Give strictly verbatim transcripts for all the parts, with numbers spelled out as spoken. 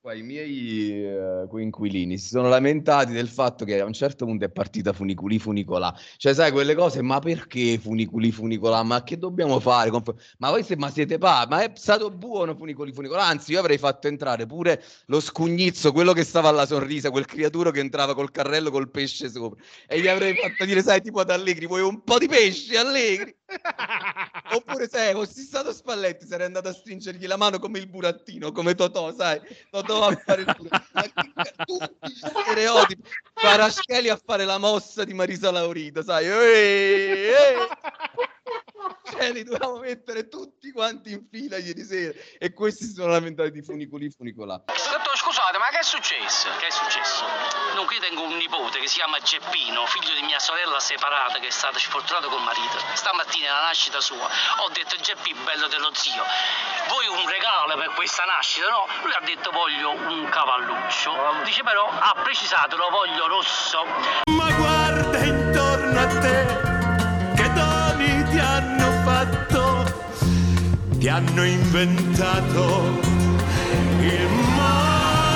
Qua i miei uh, coinquilini si sono lamentati del fatto che a un certo punto è partita Funiculi Funicolà. Cioè, sai, quelle cose, ma perché Funiculi Funicolà? Ma che dobbiamo fare? Ma voi se, ma siete pa? Ma è stato buono Funiculi Funicolà? Anzi, io avrei fatto entrare pure lo scugnizzo, quello che stava alla Sorrisa, quel creaturo che entrava col carrello col pesce sopra. E gli avrei fatto dire, sai, tipo ad Allegri, vuoi un po' di pesce, Allegri? Oppure se fossi stato Spalletti sarei andato a stringergli la mano come il burattino, come Totò, sai? Totò a fare il burattino. Tutti gli stereotipi. Paraschelli a fare la mossa di Marisa Laurito, sai? Eeeh, eeeh. Cioè, li dovevamo mettere tutti quanti in fila ieri sera e questi si sono lamentati di Funicoli Funicolà. Scusate, ma che è successo? Che è successo? Dunque, io tengo un nipote che si chiama Geppino, figlio di mia sorella separata che è stato sfortunato col marito. Stamattina alla nascita sua ho detto: Geppi, bello dello zio, vuoi un regalo per questa nascita? No? Lui ha detto: voglio un cavalluccio. Dice però, ha precisato, lo voglio rosso. Ma guarda intorno a te, che doni ti hanno fatto, ti hanno inventato il mare.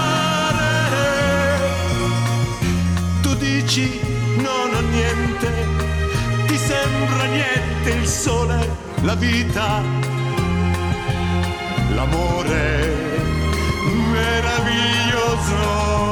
Tu dici non ho niente, ti sembra niente il sole, la vita, l'amore meraviglioso.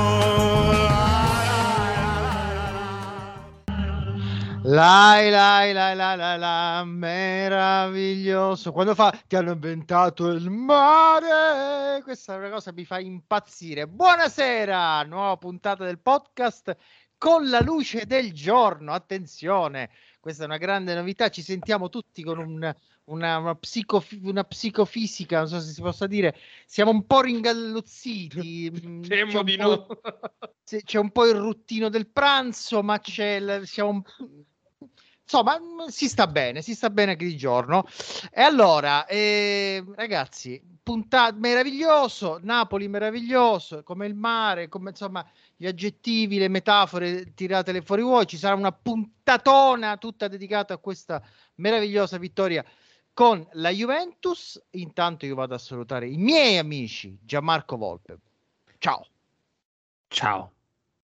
Lai lai lai lai lai la meraviglioso. Quando fa ti hanno inventato il mare, questa è una cosa che mi fa impazzire. Buonasera, nuova puntata del podcast con la luce del giorno. Attenzione, questa è una grande novità. Ci sentiamo tutti con un, una, una, psico, una psicofisica, non so se si possa dire. Siamo un po' ringalluzziti. Temo di no. C'è un po' il ruttino del pranzo, ma c'è siamo un... insomma si sta bene, si sta bene anche di giorno. E allora eh, ragazzi, puntata meraviglioso, Napoli meraviglioso, come il mare, come insomma gli aggettivi, le metafore tiratele fuori voi. Ci sarà una puntatona tutta dedicata a questa meravigliosa vittoria con la Juventus. Intanto io vado a salutare i miei amici Gianmarco Volpe. Ciao. Ciao.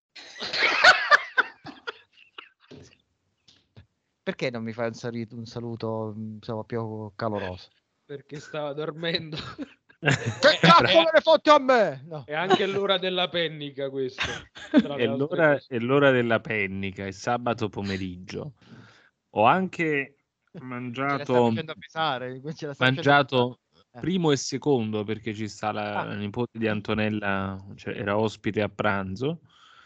Perché non mi fai un saluto, un saluto insomma, più caloroso? Perché stava dormendo. Che cazzo me ne fotte a me? No. È anche l'ora della pennica questo. È l'ora, è l'ora della pennica, è sabato pomeriggio. Ho anche mangiato, pesare, mangiato primo e secondo perché ci sta la, ah. la nipote di Antonella, cioè era ospite a pranzo.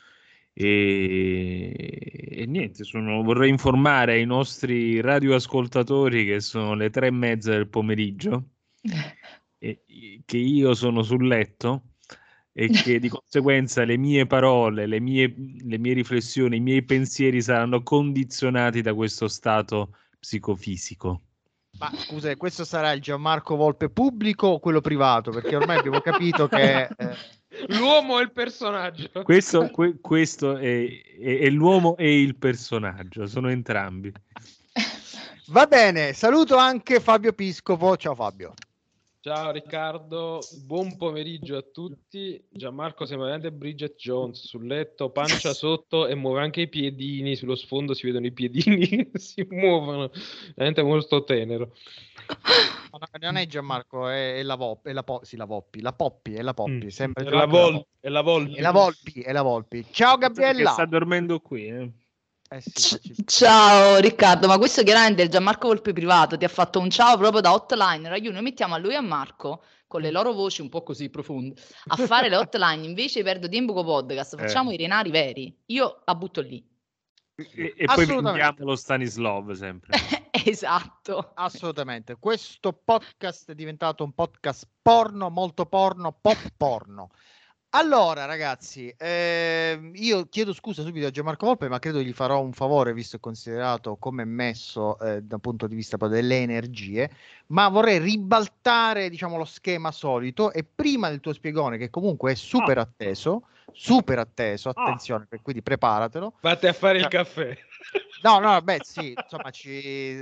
E, e niente, sono, vorrei informare ai nostri radioascoltatori che sono le tre e mezza del pomeriggio e che io sono sul letto e che di conseguenza le mie parole, le mie, le mie riflessioni, i miei pensieri saranno condizionati da questo stato psicofisico. Ma scusa, questo sarà il Gianmarco Volpe pubblico o quello privato? Perché ormai abbiamo capito che eh... l'uomo è il personaggio. Questo, que, questo è, è, è l'uomo e il personaggio, sono entrambi. Va bene, saluto anche Fabio Piscopo. Ciao Fabio. Ciao Riccardo, buon pomeriggio a tutti. Gianmarco sembra veramente Bridget Jones sul letto, pancia sotto e muove anche i piedini, sullo sfondo si vedono i piedini che si muovono, veramente molto tenero. No, non è Gianmarco, è, è la Volpi, è la, po- sì, la Volpi, la Poppi, è la Poppi, mm. sempre è la, Vol- è la Volpi. È la Volpi, è la Volpi. Ciao Gabriella. Che sta dormendo qui, eh. Eh sì, ciao Riccardo, ma questo chiaramente è il Gianmarco Volpe privato, ti ha fatto un ciao proprio da hotline Rai uno. Noi mettiamo a lui e a Marco con le loro voci un po' così profonde a fare le hotline, invece perdo tempo con podcast, facciamo eh. i renari veri, io la butto lì e, e poi vendiamo lo Stanislov sempre. Esatto, assolutamente. Questo podcast è diventato un podcast porno, molto porno, pop porno. Allora ragazzi, eh, io chiedo scusa subito a Gianmarco Volpe, ma credo gli farò un favore visto e considerato come è messo eh, dal punto di vista delle energie, ma vorrei ribaltare diciamo lo schema solito e prima del tuo spiegone che comunque è super oh. atteso, super atteso, attenzione, oh. quindi preparatelo. Vatti a fare il caffè. No, no, beh sì, insomma ci...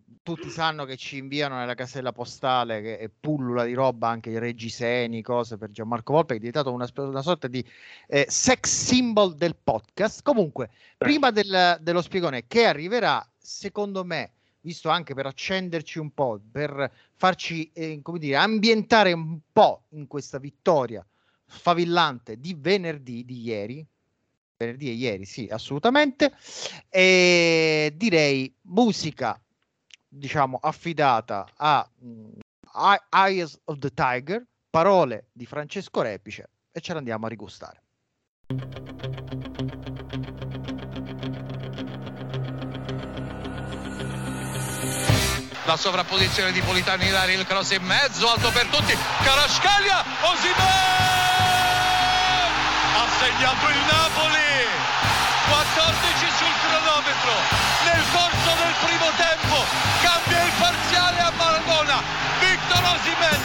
tutti sanno che ci inviano nella casella postale che è pullula di roba, anche i reggiseni, cose per Gianmarco Volpe, che è diventato una, una sorta di eh, sex symbol del podcast. Comunque, prima del, dello spiegone che arriverà, secondo me, visto anche per accenderci un po', per farci eh, come dire, ambientare un po' in questa vittoria sfavillante di venerdì, di ieri, venerdì e ieri, sì, assolutamente, e direi musica, diciamo, affidata a uh, Eyes of the Tiger, parole di Francesco Repice, e ce l'andiamo a rigustare. La sovrapposizione di Politano in aria, il cross in mezzo, alto per tutti, Kvaratskhelia, Osimhen! Ha segnato il Napoli, quattordici sul cronometro, nel corso del primo tempo, cambia il parziale a Maradona, Victor Osimhen!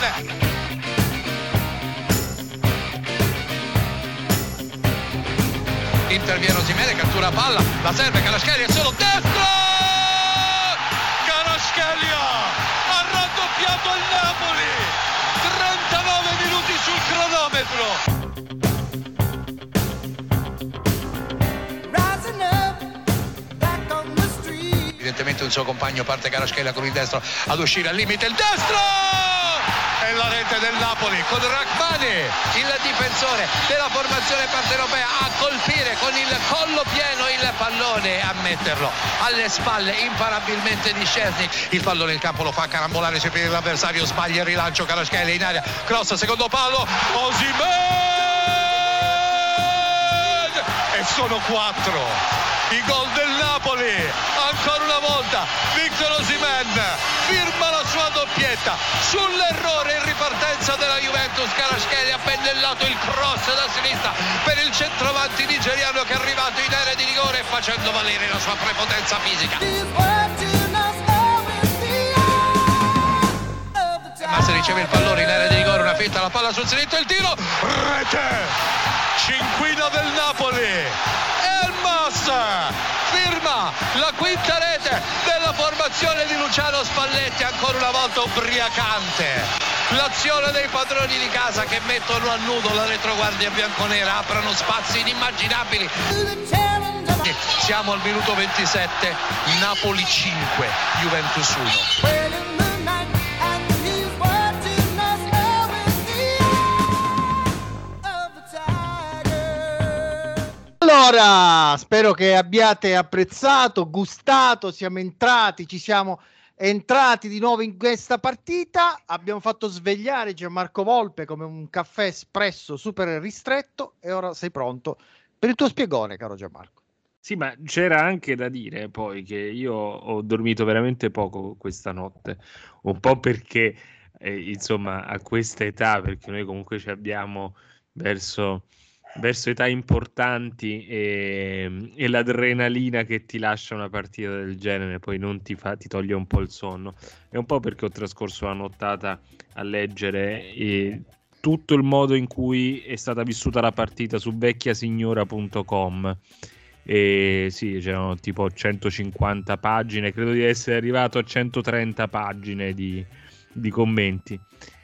Interviene Osimhen, cattura palla, la serve, Kvaratskhelia è solo destro! Kvaratskhelia ha raddoppiato il Napoli, trentanove minuti sul cronometro. Evidentemente un suo compagno, parte Kvaratskhelia con il destro ad uscire al limite, il destro e la rete del Napoli con Rachmani, il difensore della formazione partenopea, a colpire con il collo pieno il pallone, a metterlo alle spalle imparabilmente di Szczesny. Il pallone in campo lo fa carambolare sui piedi dell'avversario, sbaglia il rilancio, Kvaratskhelia in aria, cross, secondo palo, Osimhen! E sono quattro i gol del Napoli, ancora una volta Victor Osimhen firma la sua doppietta sull'errore in ripartenza della Juventus. Kvaratskhelia ha pennellato il cross da sinistra per il centravanti nigeriano che è arrivato in area di rigore facendo valere la sua prepotenza fisica. Ma se riceve il pallone in area di rigore, una finta, la palla sul sinistro, il tiro, rete! Cinquina del Napoli, Elmas firma la quinta rete della formazione di Luciano Spalletti, ancora una volta ubriacante l'azione dei padroni di casa che mettono a nudo la retroguardia bianconera, aprono spazi inimmaginabili. Siamo al minuto ventisette, Napoli cinque, Juventus uno. Allora, spero che abbiate apprezzato, gustato, siamo entrati, ci siamo entrati di nuovo in questa partita, abbiamo fatto svegliare Gianmarco Volpe come un caffè espresso super ristretto e ora sei pronto per il tuo spiegone, caro Gianmarco. Sì, ma c'era anche da dire poi che io ho dormito veramente poco questa notte, un po' perché, eh, insomma, a questa età, perché noi comunque ci abbiamo verso... verso età importanti e, e l'adrenalina che ti lascia una partita del genere poi non ti fa, ti toglie un po' il sonno, e un po' perché ho trascorso la nottata a leggere e tutto il modo in cui è stata vissuta la partita su vecchiasignora punto com, e sì, c'erano tipo centocinquanta pagine, credo di essere arrivato a centotrenta pagine di, di commenti.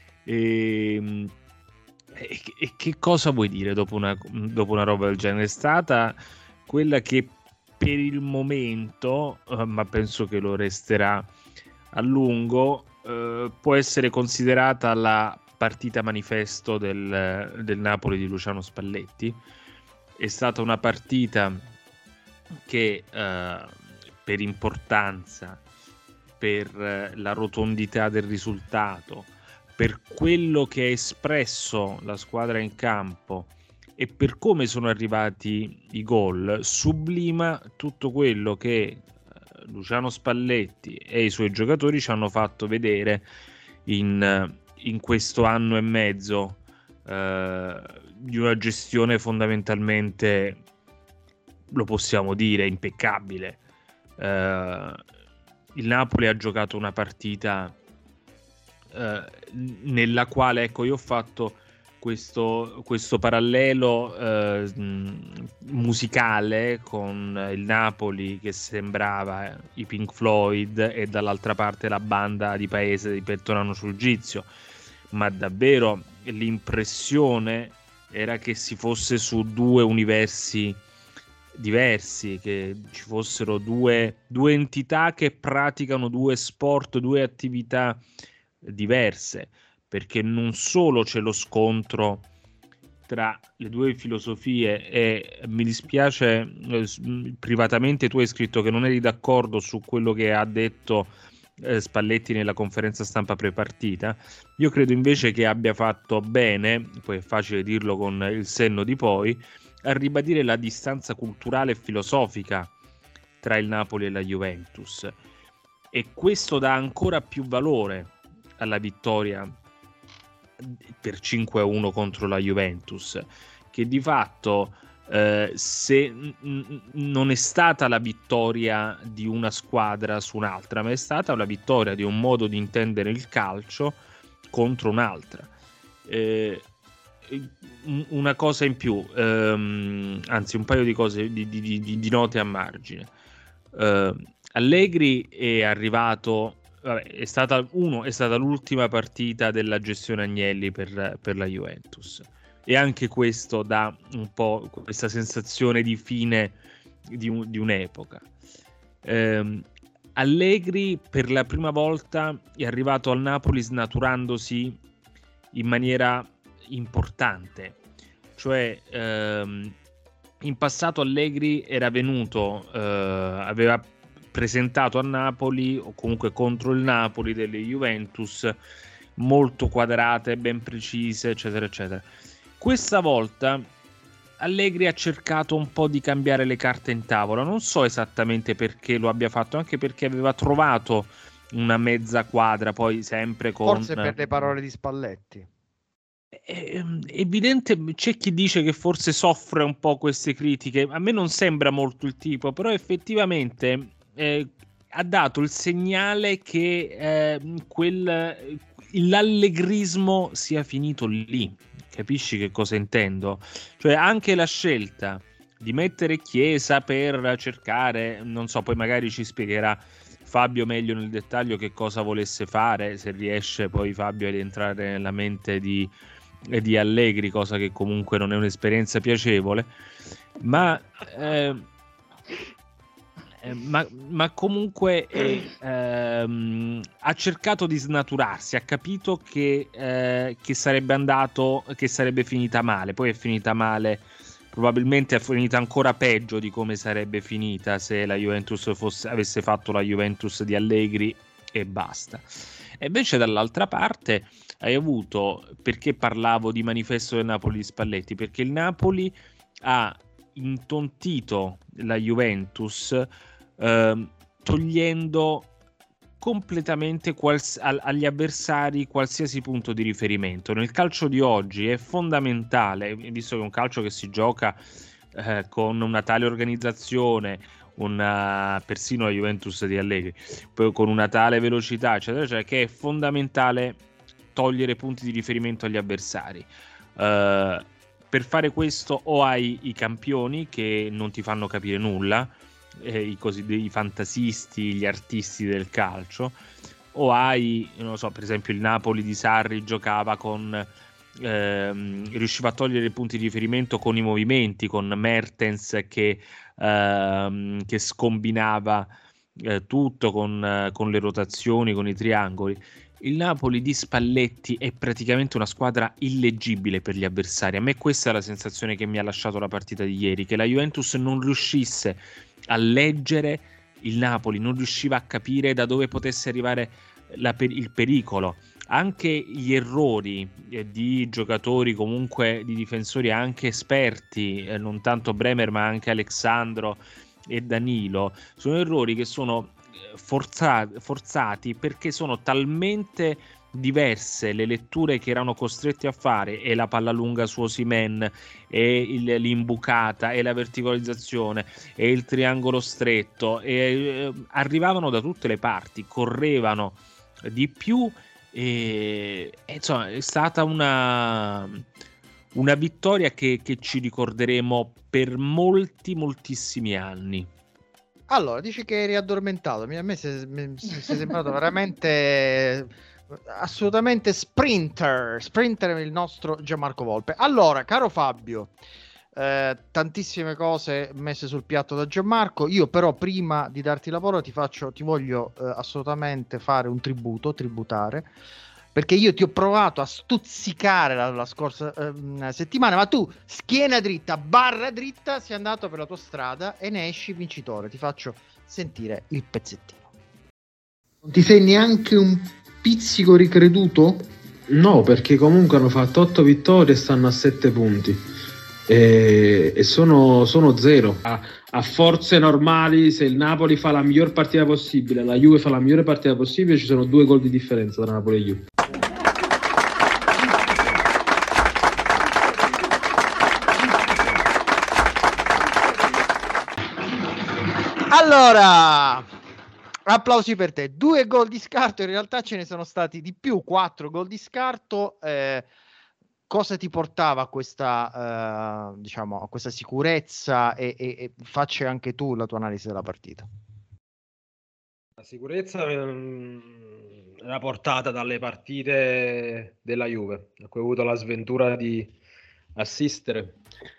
E E, e che cosa vuoi dire dopo una, dopo una roba del genere? È stata quella che per il momento, eh, ma penso che lo resterà a lungo, eh, può essere considerata la partita manifesto del, del Napoli di Luciano Spalletti. È stata una partita che eh, per importanza, per eh, la rotondità del risultato, per quello che ha espresso la squadra in campo e per come sono arrivati i gol, sublima tutto quello che Luciano Spalletti e i suoi giocatori ci hanno fatto vedere in, in questo anno e mezzo eh, di una gestione fondamentalmente, lo possiamo dire, impeccabile. Eh, il Napoli ha giocato una partita Uh, nella quale, ecco, io ho fatto questo, questo parallelo eh, musicale con il Napoli che sembrava i Pink Floyd e dall'altra parte la banda di paese di Pettorano Sulgizio, ma davvero l'impressione era che si fosse su due universi diversi, che ci fossero due, due entità che praticano due sport, due attività diverse, perché non solo c'è lo scontro tra le due filosofie e mi dispiace eh, privatamente tu hai scritto che non eri d'accordo su quello che ha detto eh, Spalletti nella conferenza stampa prepartita. Io credo invece che abbia fatto bene, poi è facile dirlo con il senno di poi, a ribadire la distanza culturale e filosofica tra il Napoli e la Juventus, e questo dà ancora più valore alla vittoria per cinque a uno contro la Juventus, che di fatto eh, se n- non è stata la vittoria di una squadra su un'altra, ma è stata la vittoria di un modo di intendere il calcio contro un'altra. Eh, una cosa in più, ehm, anzi un paio di cose, di, di, di, di note a margine. Eh, Allegri è arrivato, vabbè, è stata uno, è stata l'ultima partita della gestione Agnelli per, per la Juventus, e anche questo dà un po' questa sensazione di fine di, un, di un'epoca. Eh, Allegri per la prima volta è arrivato al Napoli snaturandosi in maniera importante, cioè ehm, in passato Allegri era venuto, eh, aveva presentato a Napoli o comunque contro il Napoli delle Juventus molto quadrate, ben precise, eccetera eccetera. Questa volta Allegri ha cercato un po' di cambiare le carte in tavola, non so esattamente perché lo abbia fatto, anche perché aveva trovato una mezza quadra, poi sempre con forse per le parole di Spalletti. È evidente, c'è chi dice che forse soffre un po' queste critiche, a me non sembra molto il tipo, però effettivamente eh, ha dato il segnale che eh, quel, l'allegrismo sia finito lì. Capisci che cosa intendo? Cioè anche la scelta di mettere Chiesa per cercare, non so, poi magari ci spiegherà Fabio meglio nel dettaglio che cosa volesse fare, se riesce poi Fabio ad entrare nella mente di, di Allegri, cosa che comunque non è un'esperienza piacevole, ma, eh, eh, ma, ma comunque eh, ehm, ha cercato di snaturarsi, ha capito che, eh, che sarebbe andato, che sarebbe finita male, poi è finita male. Probabilmente è finita ancora peggio di come sarebbe finita se la Juventus fosse, avesse fatto la Juventus di Allegri e basta. E invece dall'altra parte hai avuto, perché parlavo di manifesto del Napoli di Spalletti, perché il Napoli ha intontito la Juventus eh, togliendo completamente quals- agli avversari qualsiasi punto di riferimento. Nel calcio di oggi è fondamentale, visto che è un calcio che si gioca eh, con una tale organizzazione, una, persino la Juventus di Allegri, poi con una tale velocità, eccetera, eccetera, che è fondamentale togliere punti di riferimento agli avversari. Uh, per fare questo o hai i campioni che non ti fanno capire nulla, eh, i cosiddetti fantasisti, gli artisti del calcio, o hai, non lo so, per esempio il Napoli di Sarri giocava con ehm, riusciva a togliere punti di riferimento con i movimenti, con Mertens che, ehm, che scombinava eh, tutto con, eh, con le rotazioni, con i triangoli. Il Napoli di Spalletti è praticamente una squadra illeggibile per gli avversari. A me questa è la sensazione che mi ha lasciato la partita di ieri, che la Juventus non riuscisse a leggere il Napoli, non riusciva a capire da dove potesse arrivare la per- il pericolo. Anche gli errori eh, di giocatori, comunque di difensori anche esperti, eh, non tanto Bremer ma anche Alexandro e Danilo, sono errori che sono forzati, forzati perché sono talmente diverse le letture che erano costretti a fare, e la palla lunga su Osimhen, e il, l'imbucata, e la verticalizzazione, e il triangolo stretto, e eh, arrivavano da tutte le parti, correvano di più e, e insomma è stata una, una vittoria che, che ci ricorderemo per molti moltissimi anni. Allora, dici che eri addormentato, a me si è sembrato veramente assolutamente sprinter, sprinter il nostro Gianmarco Volpe. Allora, caro Fabio, eh, tantissime cose messe sul piatto da Gianmarco, io però prima di darti la parola ti faccio, ti voglio eh, assolutamente fare un tributo, tributare, perché io ti ho provato a stuzzicare la, la scorsa eh, settimana, ma tu schiena dritta, barra dritta, sei andato per la tua strada e ne esci vincitore. Ti faccio sentire il pezzettino. Non ti sei neanche un pizzico ricreduto? No, perché comunque hanno fatto otto vittorie e stanno a sette punti e, e sono, sono zero. A, a forze normali, se il Napoli fa la miglior partita possibile, la Juve fa la migliore partita possibile, ci sono due gol di differenza tra Napoli e Juve. Allora, applausi per te. Due gol di scarto, in realtà ce ne sono stati di più, quattro gol di scarto. Eh, cosa ti portava a questa, eh, diciamo, a questa sicurezza e, e, e facci anche tu la tua analisi della partita. La sicurezza ehm, era portata dalle partite della Juve, a cui ho avuto la sventura di assistere.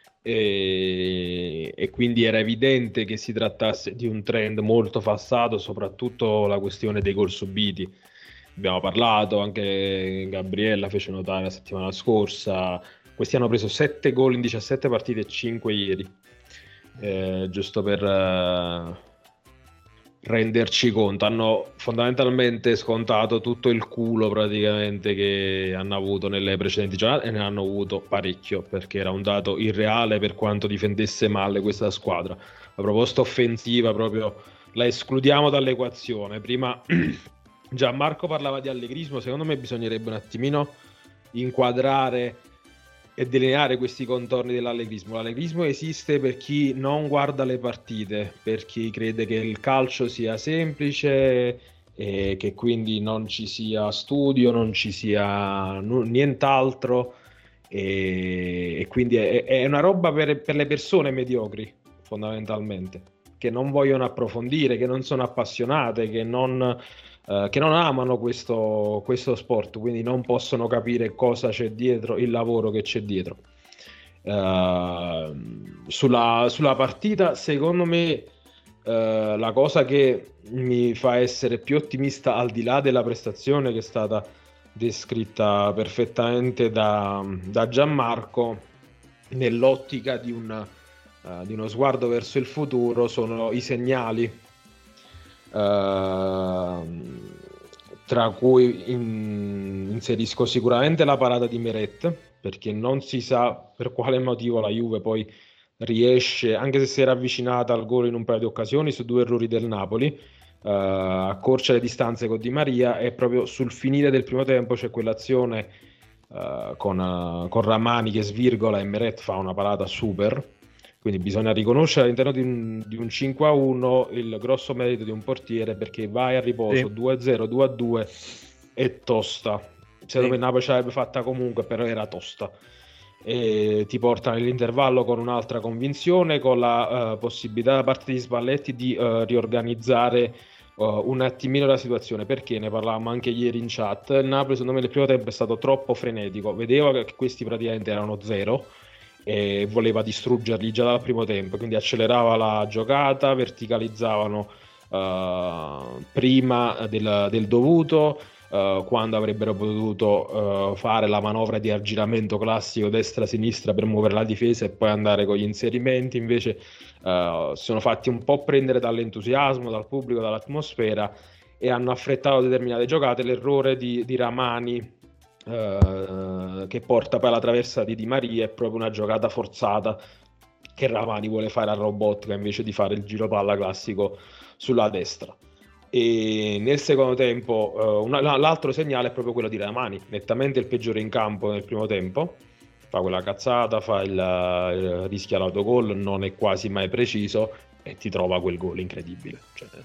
E, e quindi era evidente che si trattasse di un trend molto passato, soprattutto la questione dei gol subiti. Abbiamo parlato, anche Gabriella fece notare la settimana scorsa, questi hanno preso sette gol in diciassette partite e cinque ieri, eh, giusto per uh, renderci conto. Hanno fondamentalmente scontato tutto il culo praticamente che hanno avuto nelle precedenti giornate, e ne hanno avuto parecchio, perché era un dato irreale per quanto difendesse male questa squadra. La proposta offensiva proprio la escludiamo dall'equazione. Prima Gianmarco parlava di allegrismo, secondo me bisognerebbe un attimino inquadrare e delineare questi contorni dell'allegrismo. L'allegrismo esiste per chi non guarda le partite, per chi crede che il calcio sia semplice e che quindi non ci sia studio, non ci sia n- nient'altro e, e quindi è, è una roba per, per le persone mediocri, fondamentalmente, che non vogliono approfondire, che non sono appassionate, che non... Uh, che non amano questo, questo sport, quindi non possono capire cosa c'è dietro, il lavoro che c'è dietro. Uh, sulla, sulla partita, secondo me, uh, la cosa che mi fa essere più ottimista, al di là della prestazione che è stata descritta perfettamente da, da Gianmarco, nell'ottica di, un, uh, di uno sguardo verso il futuro, sono i segnali. Uh, tra cui in, inserisco sicuramente la parata di Meret, perché non si sa per quale motivo la Juve poi riesce, anche se si era avvicinata al gol in un paio di occasioni su due errori del Napoli, uh, accorcia le distanze con Di Maria, e proprio sul finire del primo tempo c'è quell'azione uh, con, uh, con Ramani che svirgola e Meret fa una parata super. Quindi bisogna riconoscere all'interno di un, di un cinque a uno il grosso merito di un portiere, perché vai a riposo sì. due a zero, due a due è tosta. Secondo sì. me Napoli ce l'avrebbe fatta comunque, però era tosta. E ti porta nell'intervallo con un'altra convinzione, con la uh, possibilità da parte di Spalletti di uh, riorganizzare uh, un attimino la situazione, perché ne parlavamo anche ieri in chat. Il Napoli secondo me nel primo tempo è stato troppo frenetico, vedeva che questi praticamente erano zero e voleva distruggerli già dal primo tempo, quindi accelerava la giocata, verticalizzavano uh, prima del, del dovuto, uh, quando avrebbero potuto uh, fare la manovra di aggiramento classico destra-sinistra per muovere la difesa e poi andare con gli inserimenti. Invece uh, si sono fatti un po' prendere dall'entusiasmo, dal pubblico, dall'atmosfera, e hanno affrettato determinate giocate. L'errore di, di Ramani Uh, che porta poi alla traversa di Di Maria è proprio una giocata forzata che Ramani vuole fare a robotica invece di fare il giro palla classico sulla destra. E nel secondo tempo uh, una, l'altro segnale è proprio quello di Ramani, nettamente il peggiore in campo nel primo tempo, fa quella cazzata, fa il, il rischia l'autogol, non è quasi mai preciso e ti trova quel gol incredibile, cioè,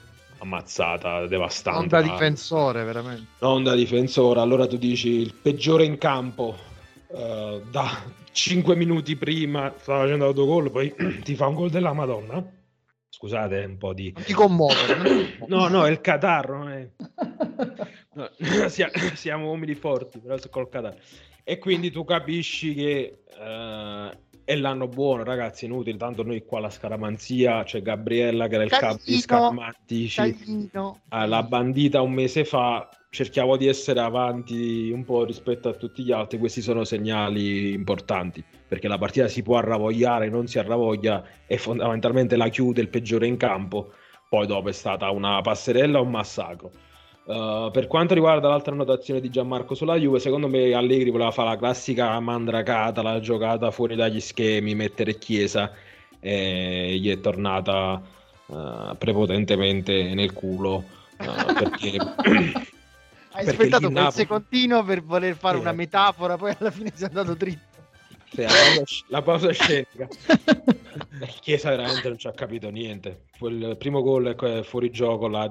ammazzata devastante. Non da difensore, veramente. Non da difensore. Allora tu dici il peggiore in campo, uh, da cinque minuti prima stava facendo autogol, poi ti fa un gol della Madonna. Scusate, un po' di... Non ti commuovere. No, no, è il catarro. Non è... no, siamo, siamo umili forti, però col catarro. E quindi tu capisci che uh, è l'anno buono, ragazzi, inutile. Tanto noi qua la scaramanzia, c'è Gabriella che era il capo di Scaramantici. Ah, la bandita un mese fa, cerchiamo di essere avanti un po' rispetto a tutti gli altri. Questi sono segnali importanti, perché la partita si può arravogliare, non si arravoglia e fondamentalmente la chiude il peggiore in campo. Poi dopo è stata una passerella, un massacro. Uh, per quanto riguarda l'altra annotazione di Gianmarco sulla Juve, secondo me Allegri voleva fare la classica mandracata, la giocata fuori dagli schemi, mettere Chiesa, e gli è tornata uh, prepotentemente nel culo, uh, perché hai aspettato quel Napoli... secondino per voler fare eh. una metafora, poi alla fine sei andato dritto. Sì, la, pausa, la pausa scenica. Chiesa veramente non ci ha capito niente. Il primo gol è fuori gioco, là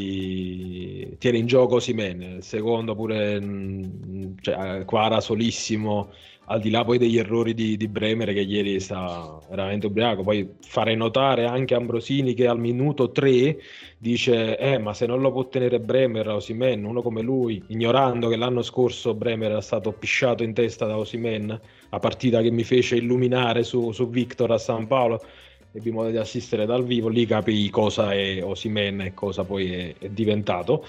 di tiene in gioco Osimhen, il secondo pure, cioè, Kvara solissimo, al di là poi degli errori di, di Bremer, che ieri sta veramente ubriaco. Poi farei notare anche Ambrosini che al minuto tre dice eh ma se non lo può tenere Bremer, Osimhen, uno come lui, ignorando che l'anno scorso Bremer era stato pisciato in testa da Osimhen, la partita che mi fece illuminare su, su Victor a San Paolo. Ebbi modo di assistere dal vivo, lì capii cosa è Osimhen e cosa poi è, è diventato.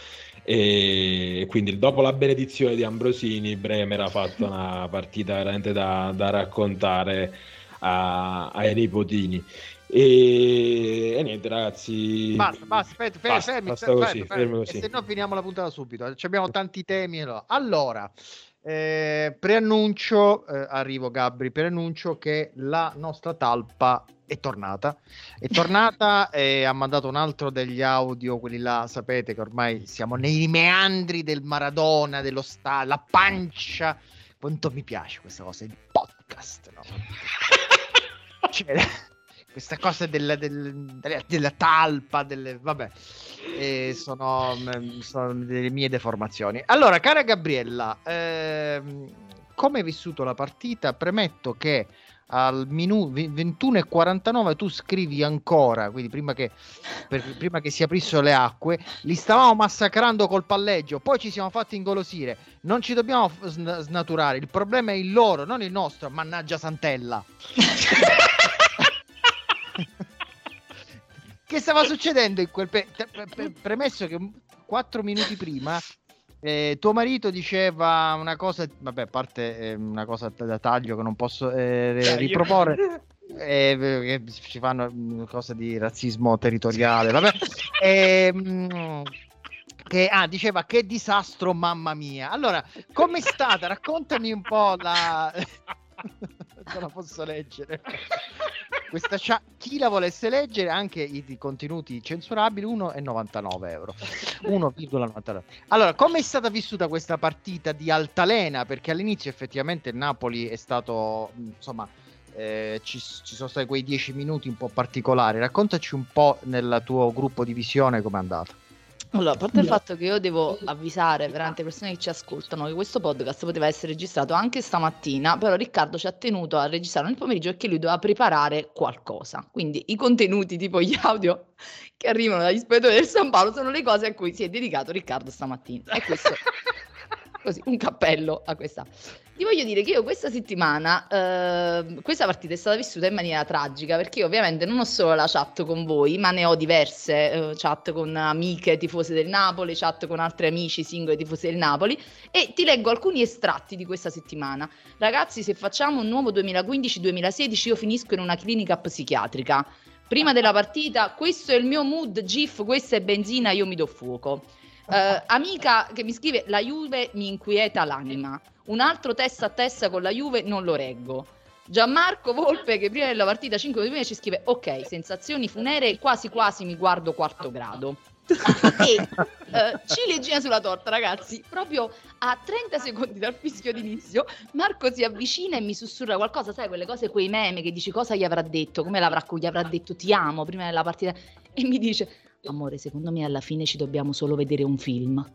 E quindi dopo la benedizione di Ambrosini, Bremer ha fatto una partita veramente da, da raccontare a, ai nipotini. E, e niente, ragazzi, basta, basta, aspetta, fermi, basta, fermi, basta fermi, così, fermi, fermi fermi, così. e se no finiamo la puntata subito. Ci abbiamo tanti temi. Allora, allora eh, preannuncio, eh, arrivo Gabri, preannuncio che la nostra talpa è tornata, è tornata e ha mandato un altro degli audio, quelli là, sapete che ormai siamo nei meandri del Maradona, dello sta, la pancia. Quanto mi piace questa cosa, il podcast, no? Cioè, questa cosa della, del, della, della talpa, delle, vabbè, eh, sono, sono delle mie deformazioni. Allora, cara Gabriella, ehm, come hai vissuto la partita? Premetto che al minuto ventuno e quarantanove tu scrivi ancora, quindi prima che, per, prima che si aprissero le acque, li stavamo massacrando col palleggio, poi ci siamo fatti ingolosire, non ci dobbiamo sn- snaturare, il problema è il loro, non il nostro, mannaggia Santella. Che stava succedendo in quel pe- pre- premesso che quattro minuti prima Eh, tuo marito diceva una cosa, vabbè, a parte eh, una cosa da taglio che non posso eh, riproporre, eh, che ci fanno una cosa di razzismo territoriale, vabbè, eh, che ah, diceva che disastro, mamma mia. Allora, com'è stata? Raccontami un po' la... non la posso leggere. Questa cia- chi la volesse leggere, anche i, i contenuti censurabili, uno virgola novantanove euro. uno virgola novantanove. Allora, come è stata vissuta questa partita di altalena? Perché all'inizio effettivamente il Napoli è stato, insomma, eh, ci, ci sono stati quei dieci minuti un po' particolari. Raccontaci un po' nel tuo gruppo di visione com'è andata. Allora, a parte il fatto che io devo avvisare veramente le persone che ci ascoltano che questo podcast poteva essere registrato anche stamattina, però Riccardo ci ha tenuto a registrarlo nel pomeriggio perché lui doveva preparare qualcosa. Quindi i contenuti, tipo gli audio che arrivano dagli spettatori del San Paolo, sono le cose a cui si è dedicato Riccardo stamattina. E questo, così, un cappello a questa. Ti voglio dire che io questa settimana, eh, questa partita è stata vissuta in maniera tragica, perché io ovviamente non ho solo la chat con voi, ma ne ho diverse, eh, chat con amiche tifose del Napoli, chat con altri amici singoli tifosi del Napoli, e ti leggo alcuni estratti di questa settimana. Ragazzi, se facciamo un nuovo duemilaquindici duemilasedici io finisco in una clinica psichiatrica. Prima della partita, questo è il mio mood, GIF, questa è benzina, io mi do fuoco. Uh, amica che mi scrive: la Juve mi inquieta l'anima. Un altro testa a testa con la Juve non lo reggo. Gianmarco Volpe che prima della partita cinque minuti prima ci scrive: ok, sensazioni funeree, quasi quasi mi guardo quarto grado. E uh, ciliegina sulla torta, ragazzi, proprio a trenta secondi dal fischio d'inizio Marco si avvicina e mi sussurra qualcosa, sai, quelle cose, quei meme che dici cosa gli avrà detto, come l'avrà, gli avrà detto ti amo prima della partita, e mi dice: amore, secondo me alla fine ci dobbiamo solo vedere un film.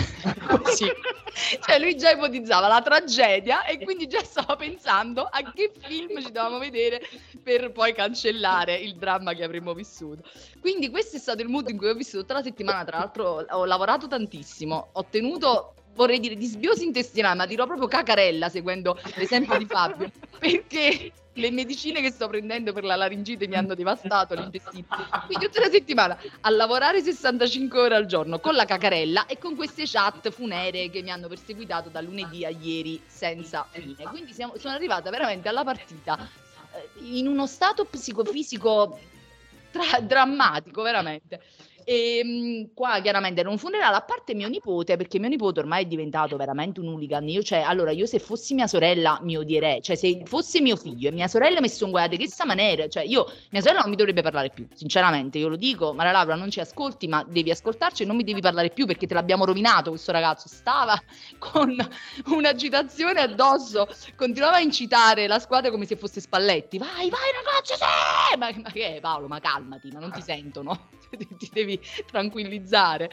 Così. Cioè lui già ipotizzava la tragedia e quindi già stava pensando a che film ci dovevamo vedere per poi cancellare il dramma che avremmo vissuto. Quindi questo è stato il mood in cui ho vissuto tutta la settimana. Tra l'altro ho lavorato tantissimo, ho tenuto, vorrei dire, disbiosi intestinali, ma dirò proprio cacarella seguendo l'esempio di Fabio, perché le medicine che sto prendendo per la laringite mi hanno devastato l'intestino. Quindi tutta la settimana a lavorare sessantacinque ore al giorno con la cacarella e con queste chat funeree che mi hanno perseguitato da lunedì a ieri senza fine. Quindi siamo, sono arrivata veramente alla partita eh, in uno stato psicofisico tra- drammatico, veramente. E mh, qua chiaramente era un funerale, a parte mio nipote, perché mio nipote ormai è diventato veramente un hooligan. Io, cioè, allora, io se fossi mia sorella mi odierei, cioè se fosse mio figlio e mia sorella mi sono guardate che sta maniera, cioè io, mia sorella non mi dovrebbe parlare più, sinceramente, io lo dico, Maria Laura, non ci ascolti, ma devi ascoltarci e non mi devi parlare più perché te l'abbiamo rovinato. Questo ragazzo stava con un'agitazione addosso, continuava a incitare la squadra come se fosse Spalletti, vai, vai ragazzi, sì! Ma, ma che è, Paolo, ma calmati, ma non ti sentono, ti devi tranquillizzare.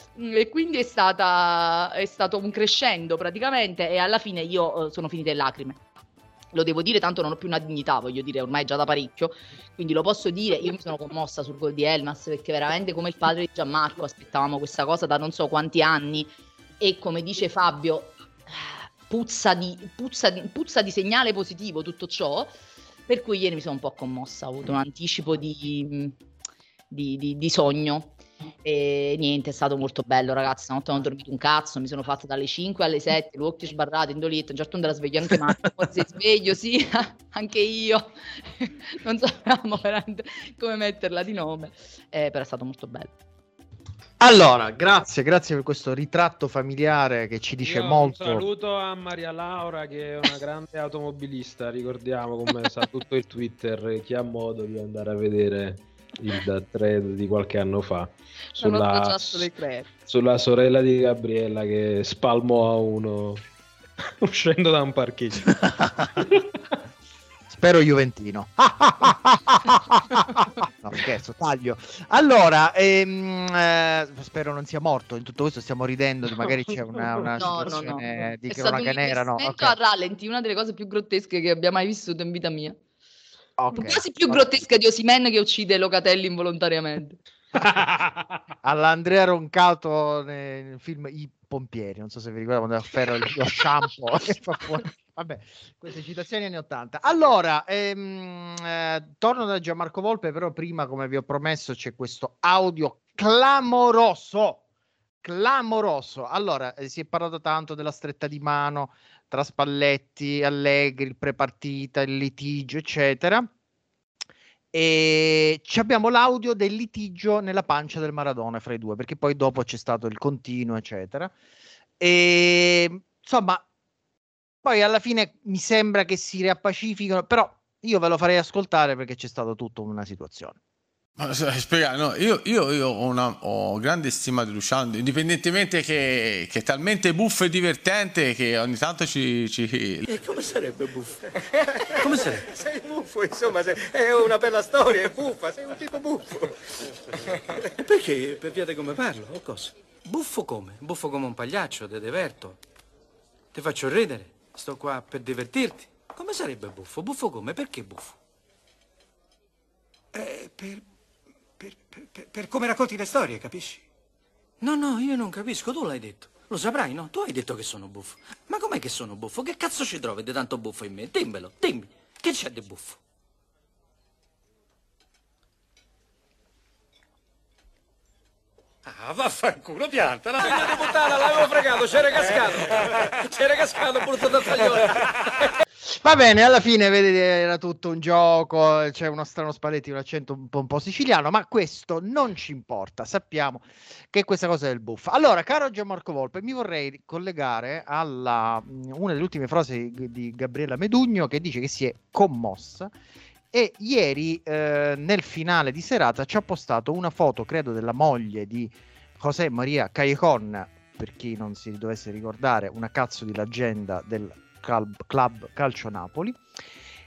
E quindi è stata è stato un crescendo praticamente, e alla fine io eh, sono finita in lacrime, lo devo dire, tanto non ho più una dignità, voglio dire, ormai già da parecchio, quindi lo posso dire. Io mi sono commossa sul gol di Elmas, perché veramente, come il padre di Gianmarco, aspettavamo questa cosa da non so quanti anni, e come dice Fabio, puzza di, puzza di, puzza di segnale positivo tutto ciò, per cui ieri mi sono un po' commossa, ho avuto un anticipo di Di, di, di sogno e niente, è stato molto bello, ragazzi. Stanotte non ho dormito un cazzo, mi sono fatta dalle cinque alle sette l'occhio sbarrato, indolito. A un certo punto la sveglio anche Marco, forse sveglio, sì, anche io non sapevamo veramente come metterla di nome, eh, però è stato molto bello. Allora, grazie, grazie per questo ritratto familiare che ci dice Io molto. Un saluto a Maria Laura, che è una grande automobilista, ricordiamo, come sa tutto il Twitter, chi ha modo di andare a vedere il thread di qualche anno fa sulla, sulla sorella di Gabriella che spalmò a uno uscendo da un parcheggio. Spero juventino. No, scherzo, taglio. Allora, ehm, eh, spero non sia morto. In tutto questo stiamo ridendo, magari c'è una, una no, situazione no, no. di è cronaca nera. No, okay. A rallenti, una delle cose più grottesche che abbia mai vissuto in vita mia. Okay. Quasi più grottesca di Osimhen che uccide Locatelli involontariamente. All'Andrea Roncato nel film I Pompieri, non so se vi ricordate quando afferra il lo shampoo e fa fuori. Vabbè, queste citazioni anni ottanta. Allora, ehm, eh, torno da Gianmarco Volpe, però prima, come vi ho promesso, c'è questo audio clamoroso, clamoroso. Allora, eh, si è parlato tanto della stretta di mano tra Spalletti, Allegri, il prepartita, il litigio, eccetera. E ci abbiamo l'audio del litigio nella pancia del Maradona fra i due, perché poi dopo c'è stato il continuo, eccetera. E insomma, poi alla fine mi sembra che si riappacificano, però io ve lo farei ascoltare perché c'è stato tutta una situazione. Spiegare, no, io, io, io ho, una, ho grande stima di Luciano, indipendentemente che, che è talmente buffo e divertente che ogni tanto ci... ci... E come sarebbe buffo? Come sarebbe? Sei buffo, insomma, sei, è una bella storia, è buffa, sei un tipo buffo. E perché? Per via di come parlo, o cosa? Buffo come? Buffo come un pagliaccio, te diverto. Ti faccio ridere, sto qua per divertirti. Come sarebbe buffo? Buffo come? Perché buffo? Eh, per... Per, per, per come racconti le storie, capisci? No, no, io non capisco, tu l'hai detto. Lo saprai, no? Tu hai detto che sono buffo. Ma com'è che sono buffo? Che cazzo ci trovi di tanto buffo in me? Dimmelo, dimmi. Che c'è di buffo? Ah, vaffanculo, pianta. La figlia di puttana, l'avevo fregato, c'era cascato. C'era cascato, brutto tattaglione. Va bene, alla fine vedete era tutto un gioco, c'è uno strano Spalletti, un accento un po', un po' siciliano, ma questo non ci importa, sappiamo che questa cosa è il buff. Allora, caro Gianmarco Volpe, mi vorrei collegare alla una delle ultime frasi di Gabriella Medugno, che dice che si è commossa e ieri eh, nel finale di serata ci ha postato una foto, credo, della moglie di José María Callejon, per chi non si dovesse ricordare, una cazzo di leggenda del Club, Club Calcio Napoli,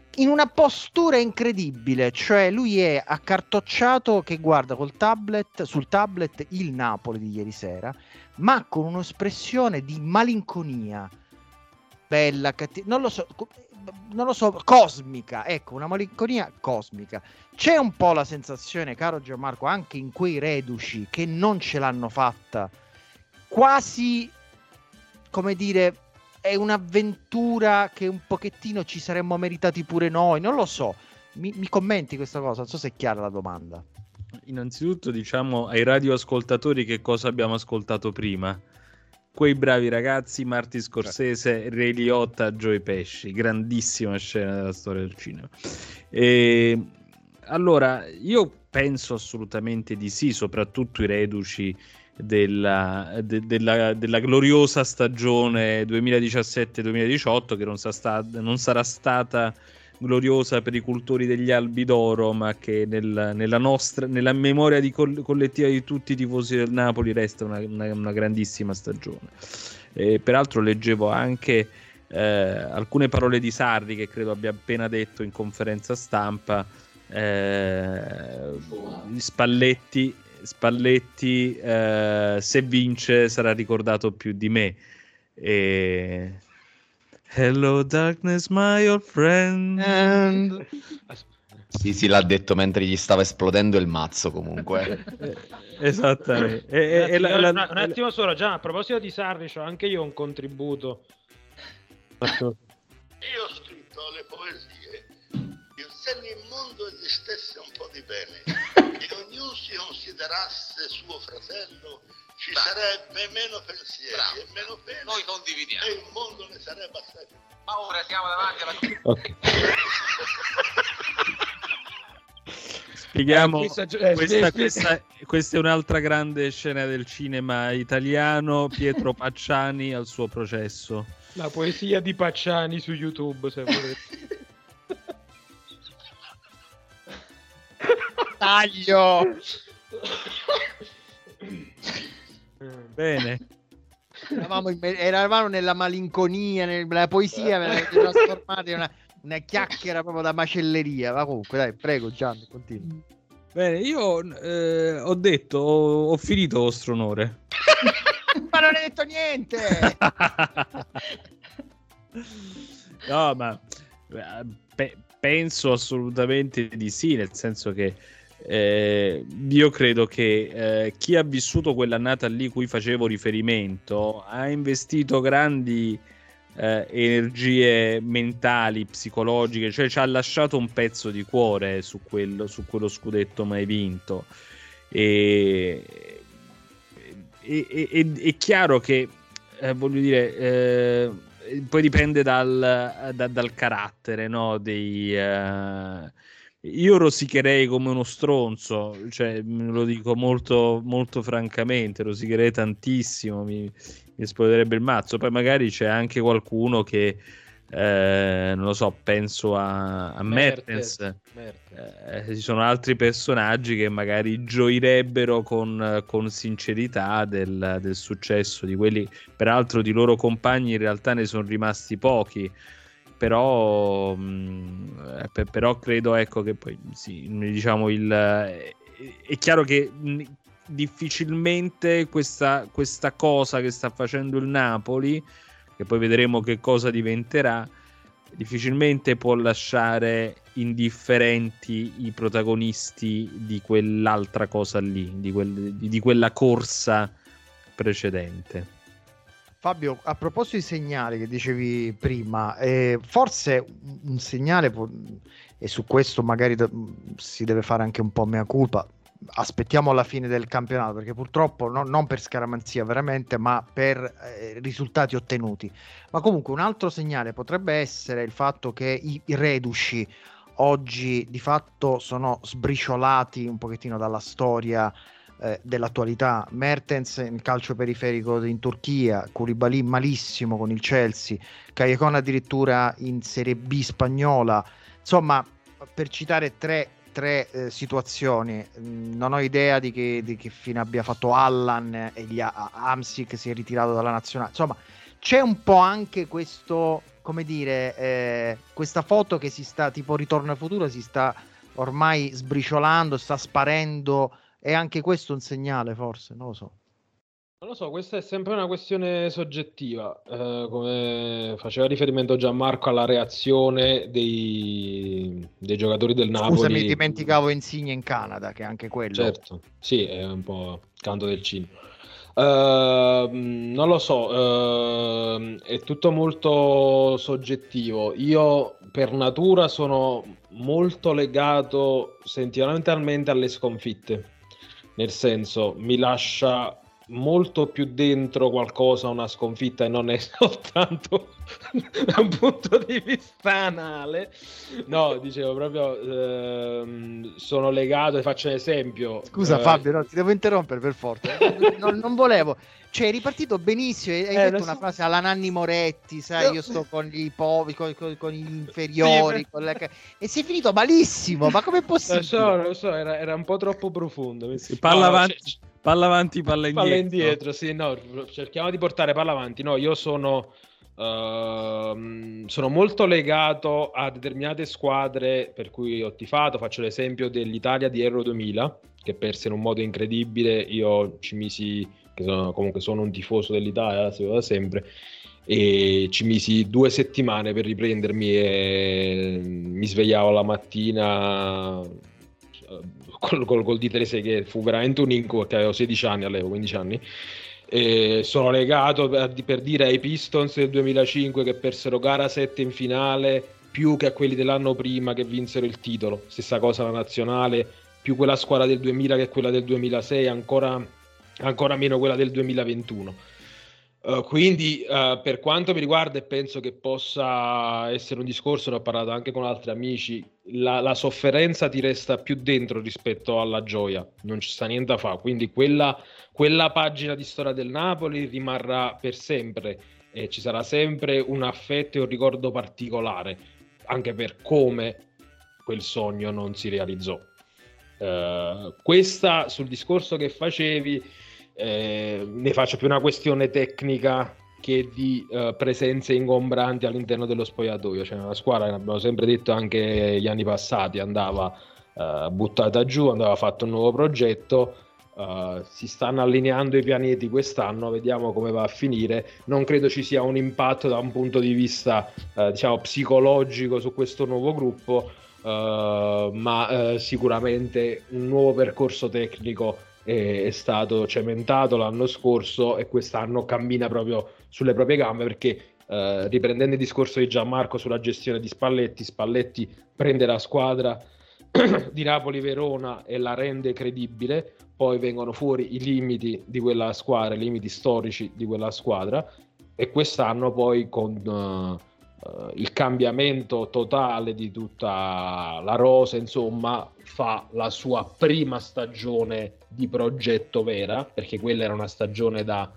in una postura incredibile, cioè lui è accartocciato che guarda col tablet, sul tablet il Napoli di ieri sera, ma con un'espressione di malinconia bella, cattiva, non lo so, non lo so, cosmica, ecco, una malinconia cosmica. C'è un po' la sensazione, caro Gianmarco, anche in quei reduci che non ce l'hanno fatta, quasi, come dire, è un'avventura che un pochettino ci saremmo meritati pure noi, non lo so. Mi, mi commenti questa cosa? Non so se è chiara la domanda. Innanzitutto diciamo ai radioascoltatori che cosa abbiamo ascoltato prima. Quei bravi ragazzi, Martin Scorsese, Ray Liotta, Joe Pesci, grandissima scena della storia del cinema. E allora io penso assolutamente di sì, soprattutto i reduci della, de, della, della gloriosa stagione duemiladiciassette duemiladiciotto, che non, sa sta, non sarà stata gloriosa per i cultori degli Albi d'Oro, ma che nel, nella nostra, nella memoria di coll- collettiva di tutti i tifosi del Napoli resta una, una, una grandissima stagione. E peraltro leggevo anche eh, alcune parole di Sarri che credo abbia appena detto in conferenza stampa. eh, Spalletti Spalletti eh, se vince sarà ricordato più di me. E hello darkness my old friend. And... Sì, sì, l'ha detto mentre gli stava esplodendo il mazzo comunque. Esattamente. E, e, e la, la, un, un attimo solo, già a proposito di Sarri, c'ho anche io un contributo. Io ho scritto le poesie. Il se nel mondo esistesse un po' di bene e ognuno si considerasse suo fratello, ci Bravo. Sarebbe meno pensieri Bravo. E meno pena. Noi condividiamo. E il mondo ne sarebbe assai. Ma ora siamo davanti alla... Ok. Spieghiamo, eh, questa, eh, questa, questa, questa è un'altra grande scena del cinema italiano. Pietro Pacciani al suo processo. La poesia di Pacciani su YouTube, se volete. Taglio. Bene. Eravamo, in, eravamo nella malinconia, nella poesia, trasformata in una, una chiacchiera proprio da macelleria. Ma comunque, dai, prego, Gian, continua. Bene, io eh, ho detto, ho, ho finito, vostro onore. Ma non hai detto niente. No, ma pe- penso assolutamente di sì, nel senso che eh, io credo che eh, chi ha vissuto quell'annata lì cui facevo riferimento ha investito grandi eh, energie mentali, psicologiche, cioè ci ha lasciato un pezzo di cuore su quello, su quello scudetto mai vinto. E è, è, è chiaro che eh, voglio dire eh, poi dipende dal, da, dal carattere, no? Dei, uh, io rosicherei come uno stronzo, cioè me lo dico molto, molto francamente, rosicherei tantissimo, mi, mi esploderebbe il mazzo. Poi magari c'è anche qualcuno che eh, non lo so, penso a, a Mertens, Mertens. Eh, ci sono altri personaggi che magari gioirebbero con, con sincerità del, del successo di quelli, peraltro di loro compagni in realtà ne sono rimasti pochi, però mh, per, però credo, ecco, che poi sì, diciamo il è, è chiaro che mh, difficilmente questa, questa cosa che sta facendo il Napoli, che poi vedremo che cosa diventerà, difficilmente può lasciare indifferenti i protagonisti di quell'altra cosa lì, di, quel, di, di quella corsa precedente. Fabio, a proposito di segnali che dicevi prima, eh, forse un segnale può, e su questo magari da, si deve fare anche un po' mea culpa, aspettiamo la fine del campionato, perché purtroppo no, non per scaramanzia veramente, ma per eh, risultati ottenuti. Ma comunque un altro segnale potrebbe essere il fatto che i, i reduci oggi di fatto sono sbriciolati un pochettino dalla storia eh, dell'attualità. Mertens in calcio periferico in Turchia, Koulibaly malissimo con il Chelsea, Callejon addirittura in Serie B spagnola. Insomma, per citare tre tre eh, situazioni, non ho idea di che, di che fine abbia fatto Allan e gli Hamsik si è ritirato dalla nazionale. Insomma, c'è un po' anche questo come dire, eh, questa foto che si sta, tipo Ritorno al futuro, si sta ormai sbriciolando, sta sparendo, è anche questo un segnale forse, non lo so. Non lo so, questa è sempre una questione soggettiva, eh, come faceva riferimento Gianmarco alla reazione dei, dei giocatori del Napoli. Scusami, dimenticavo Insigne in Canada, che è anche quello. Certo, sì, è un po' canto del cigno. Uh, non lo so, uh, è tutto molto soggettivo. Io per natura sono molto legato sentimentalmente alle sconfitte, nel senso mi lascia molto più dentro qualcosa una sconfitta e non è soltanto da un punto di vista anale. No, dicevo proprio ehm, sono legato, e faccio un esempio. Scusa eh, Fabio, no, ti devo interrompere per forza. non, non volevo. Cioè, hai ripartito benissimo, hai Eh, detto lo una so. frase alla Nanni Moretti, sai, No. io sto con gli poveri, con, con- con gli inferiori, Sì, con le- e sei finito malissimo, ma com'è Lo possibile? so, lo so, era, era un po' troppo profondo. Palla No, no, avanti, c- palla avanti, palla indietro. Palla indietro, sì, no, cerchiamo di portare palla avanti. No, io sono, ehm, sono molto legato a determinate squadre per cui ho tifato. Faccio l'esempio dell'Italia di Euro duemila, che perse in un modo incredibile. Io ci misi, che sono, comunque sono un tifoso dell'Italia, la seguo da sempre, e ci misi due settimane per riprendermi e mi svegliavo la mattina eh, col, col, col dito che fu veramente un incubo, perché avevo sedici anni all'epoca, quindici anni. E sono legato per, per dire ai Pistons del duemilacinque che persero gara sette in finale più che a quelli dell'anno prima che vinsero il titolo. Stessa cosa la nazionale, più quella squadra del duemila che quella del duemilasei, ancora, ancora meno quella del duemilaventuno. Uh, quindi uh, per quanto mi riguarda, e penso che possa essere un discorso, ne ho parlato anche con altri amici, la, la sofferenza ti resta più dentro rispetto alla gioia, non ci sta niente da fare, quindi quella, quella pagina di storia del Napoli rimarrà per sempre e ci sarà sempre un affetto e un ricordo particolare, anche per come quel sogno non si realizzò. Uh, questa sul discorso che facevi, Eh, ne faccio più una questione tecnica che di eh, presenze ingombranti all'interno dello spogliatoio. Cioè, una squadra, ne abbiamo sempre detto anche gli anni passati, andava eh, buttata giù, andava fatto un nuovo progetto. Uh, si stanno allineando i pianeti quest'anno, vediamo come va a finire. Non credo ci sia un impatto da un punto di vista uh, diciamo psicologico su questo nuovo gruppo, uh, ma uh, sicuramente un nuovo percorso tecnico è, è stato cementato l'anno scorso e quest'anno cammina proprio sulle proprie gambe, perché uh, riprendendo il discorso di Gianmarco sulla gestione di Spalletti, Spalletti prende la squadra di Napoli-Verona e la rende credibile, poi vengono fuori i limiti di quella squadra, i limiti storici di quella squadra, e quest'anno poi con uh, uh, il cambiamento totale di tutta la rosa, insomma, fa la sua prima stagione di progetto vera, perché quella era una stagione da,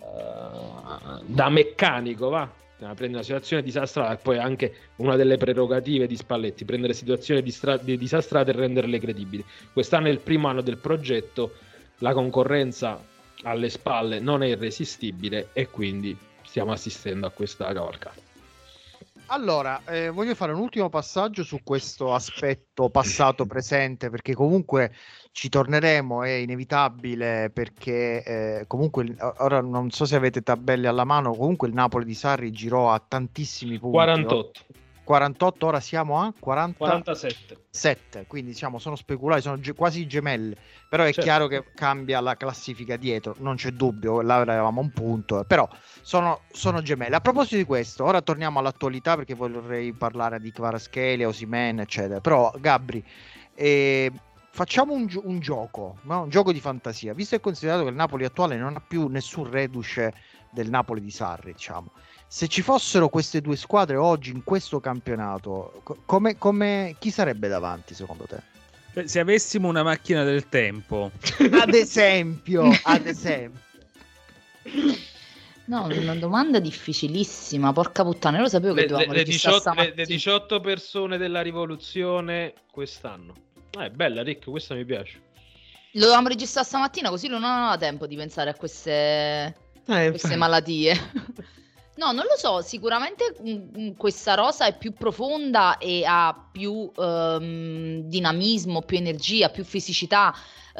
uh, da meccanico, va? Prende una situazione disastrata, e poi anche una delle prerogative di Spalletti, prendere situazioni distra- disastrate e renderle credibili. Quest'anno è il primo anno del progetto, la concorrenza alle spalle non è irresistibile e quindi stiamo assistendo a questa cavalcata. Allora, eh, voglio fare un ultimo passaggio su questo aspetto passato-presente, perché comunque ci torneremo, è inevitabile, perché eh, comunque il- ora non so se avete tabelle alla mano, comunque il Napoli di Sarri girò a tantissimi punti. quarantotto. quarantotto, ora siamo a quaranta quarantasette. sette, quindi diciamo sono speculati, sono ge- quasi gemelle, però è Certo. chiaro che cambia la classifica dietro, non c'è dubbio, là avevamo un punto, però sono, sono gemelle. A proposito di questo, ora torniamo all'attualità, perché vorrei parlare di Kvaratskhelia, Osimhen, eccetera, però Gabri, eh, facciamo un, gio- un gioco, no? Un gioco di fantasia, visto e considerato che il Napoli attuale non ha più nessun reduce del Napoli di Sarri, diciamo. Se ci fossero queste due squadre oggi in questo campionato, co- come, come, chi sarebbe davanti secondo te? Cioè, se avessimo una macchina del tempo, Ad esempio, ad esempio. No, una domanda difficilissima, porca puttana, io lo sapevo che Le, dovevamo le- le registrare diciotto, le- le stamattina. diciotto persone della rivoluzione quest'anno. Ah, è bella, Rick, questa mi piace. Lo dovevamo registrare stamattina, così lui non aveva tempo di pensare a queste, queste malattie. No, non lo so, sicuramente mh, questa rosa è più profonda e ha più ehm, dinamismo, più energia, più fisicità.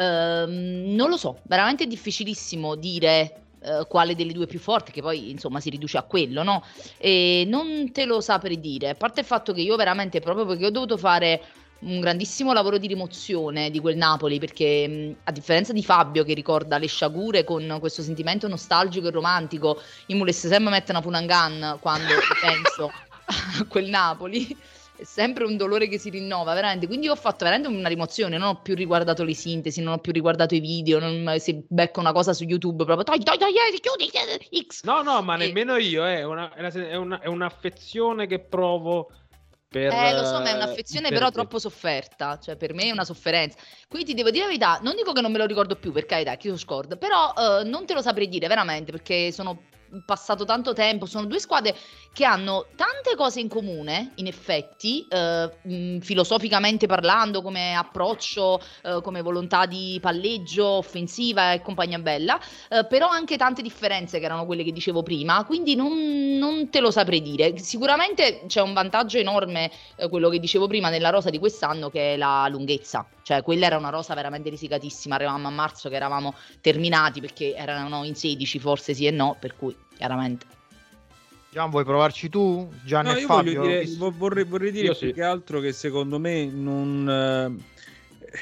Ehm, non lo so, veramente è difficilissimo dire eh, quale delle due è più forte, che poi insomma si riduce a quello, no? E non te lo saprei dire, a parte il fatto che io veramente, proprio perché ho dovuto fare un grandissimo lavoro di rimozione di quel Napoli, perché mh, a differenza di Fabio che ricorda le sciagure con questo sentimento nostalgico e romantico, io mi volesse sempre mettere una Punangan quando penso a quel Napoli, è sempre un dolore che si rinnova veramente, quindi io ho fatto veramente una rimozione, non ho più riguardato le sintesi, non ho più riguardato i video, non, se becco una cosa su YouTube proprio togli, togli, togli, chiudi, X. No, no, ma E- nemmeno io, eh, è, una, è, una, è, una, è un'affezione che provo per... Eh, lo so, ma è eh, un'affezione per però te. troppo sofferta, cioè per me è una sofferenza. Quindi ti devo dire la verità, non dico che non me lo ricordo più, per carità, chi lo scorda, però eh, non te lo saprei dire veramente, perché sono passato tanto tempo, sono due squadre che hanno tante cose in comune, in effetti, eh, mh, filosoficamente parlando, come approccio, eh, come volontà di palleggio, offensiva e compagnia bella, eh, però anche tante differenze che erano quelle che dicevo prima, quindi non, non te lo saprei dire. Sicuramente c'è un vantaggio enorme, eh, quello che dicevo prima nella rosa di quest'anno, che è la lunghezza, cioè quella era una rosa veramente risicatissima, arrivavamo a marzo che eravamo terminati perché erano in sedici forse sì e no, per cui chiaramente. Gian, vuoi provarci tu? Gian No, e io Fabio? voglio dire- vo- vorrei, vorrei dire Io più sì. che altro che secondo me non, eh,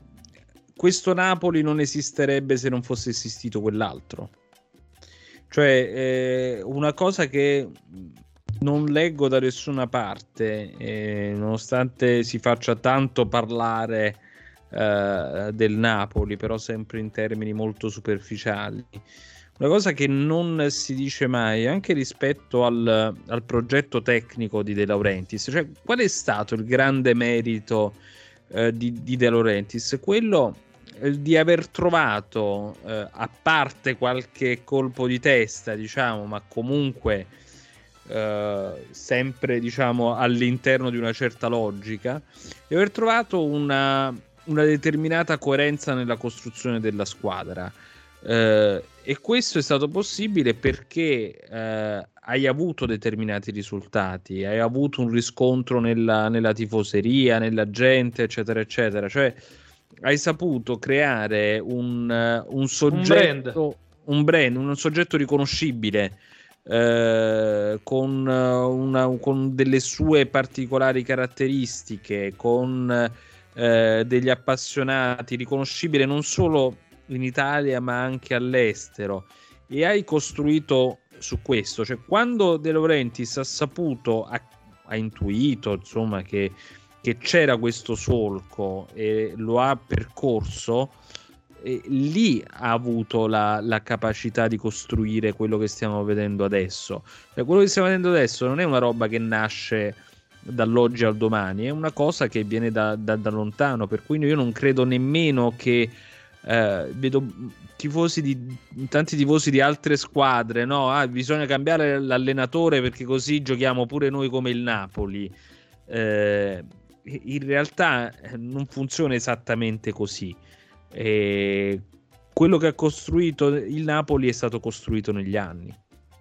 questo Napoli non esisterebbe se non fosse esistito quell'altro. Cioè, eh, una cosa che non leggo da nessuna parte, eh, nonostante si faccia tanto parlare eh, del Napoli, però sempre in termini molto superficiali. Una cosa che non si dice mai, anche rispetto al, al progetto tecnico di De Laurentiis, cioè qual è stato il grande merito eh, di, di De Laurentiis? Quello eh, di aver trovato, eh, a parte qualche colpo di testa, diciamo, ma comunque eh, sempre, diciamo, all'interno di una certa logica, di aver trovato una, una determinata coerenza nella costruzione della squadra. Uh, e questo è stato possibile perché uh, hai avuto determinati risultati, hai avuto un riscontro nella, nella tifoseria, nella gente, eccetera, eccetera. Cioè, hai saputo creare un, uh, un soggetto, un brand, un, brand, un soggetto riconoscibile uh, con, uh, una, con delle sue particolari caratteristiche, con uh, degli appassionati, riconoscibile non solo in Italia ma anche all'estero, e hai costruito su questo. Cioè, quando De Laurentiis ha saputo, ha, ha intuito insomma che, che c'era questo solco e lo ha percorso, e lì ha avuto la, la capacità di costruire quello che stiamo vedendo adesso. Cioè, quello che stiamo vedendo adesso non è una roba che nasce dall'oggi al domani, è una cosa che viene da, da, da lontano, per cui io non credo nemmeno che Uh, vedo tifosi di tanti tifosi di altre squadre, no? Ah, bisogna cambiare l'allenatore perché così giochiamo pure noi come il Napoli. Uh, in realtà non funziona esattamente così. E quello che ha costruito il Napoli è stato costruito negli anni.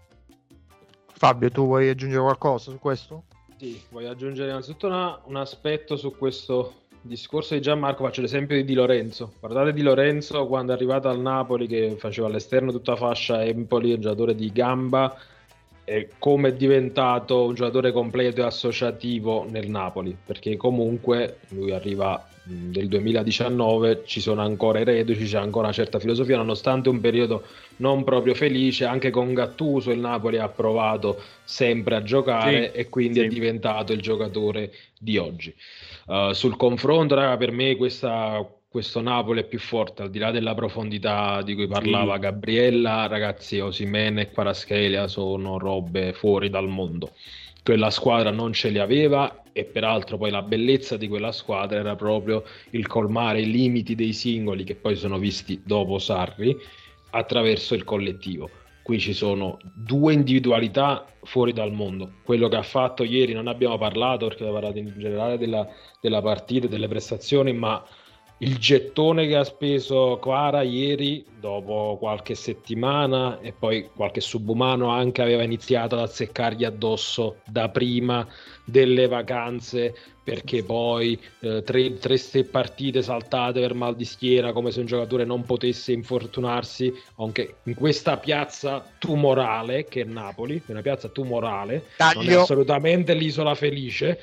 Fabio, tu vuoi aggiungere qualcosa su questo? Sì, voglio aggiungere innanzitutto una, un aspetto su questo discorso di Gianmarco. Faccio l'esempio di Di Lorenzo. Guardate Di Lorenzo quando è arrivato al Napoli, che faceva all'esterno tutta fascia Empoli, un giocatore di gamba, e come è diventato un giocatore completo e associativo nel Napoli, perché comunque lui arriva del duemiladiciannove, ci sono ancora i reduci, c'è ancora una certa filosofia, nonostante un periodo non proprio felice. Anche con Gattuso il Napoli ha provato sempre a giocare, sì, e quindi sì, è diventato il giocatore di oggi. Uh, sul confronto, raga, per me questa, questo Napoli è più forte, al di là della profondità di cui parlava sì. Gabriella. Ragazzi, Osimhen e Kvaratskhelia sono robe fuori dal mondo. Quella squadra non ce li aveva, e peraltro poi la bellezza di quella squadra era proprio il colmare i limiti dei singoli, che poi sono visti dopo Sarri, attraverso il collettivo. Qui ci sono due individualità fuori dal mondo. Quello che ha fatto ieri, non abbiamo parlato perché abbiamo parlato in generale della, della partita e delle prestazioni, ma il gettone che ha speso Kvara ieri, dopo qualche settimana, e poi qualche subumano anche aveva iniziato ad azzeccargli addosso da prima delle vacanze, perché poi eh, tre, tre ste partite saltate per mal di schiena, come se un giocatore non potesse infortunarsi anche in questa piazza tumorale che è Napoli, una piazza tumorale, Taglio. non è assolutamente l'isola felice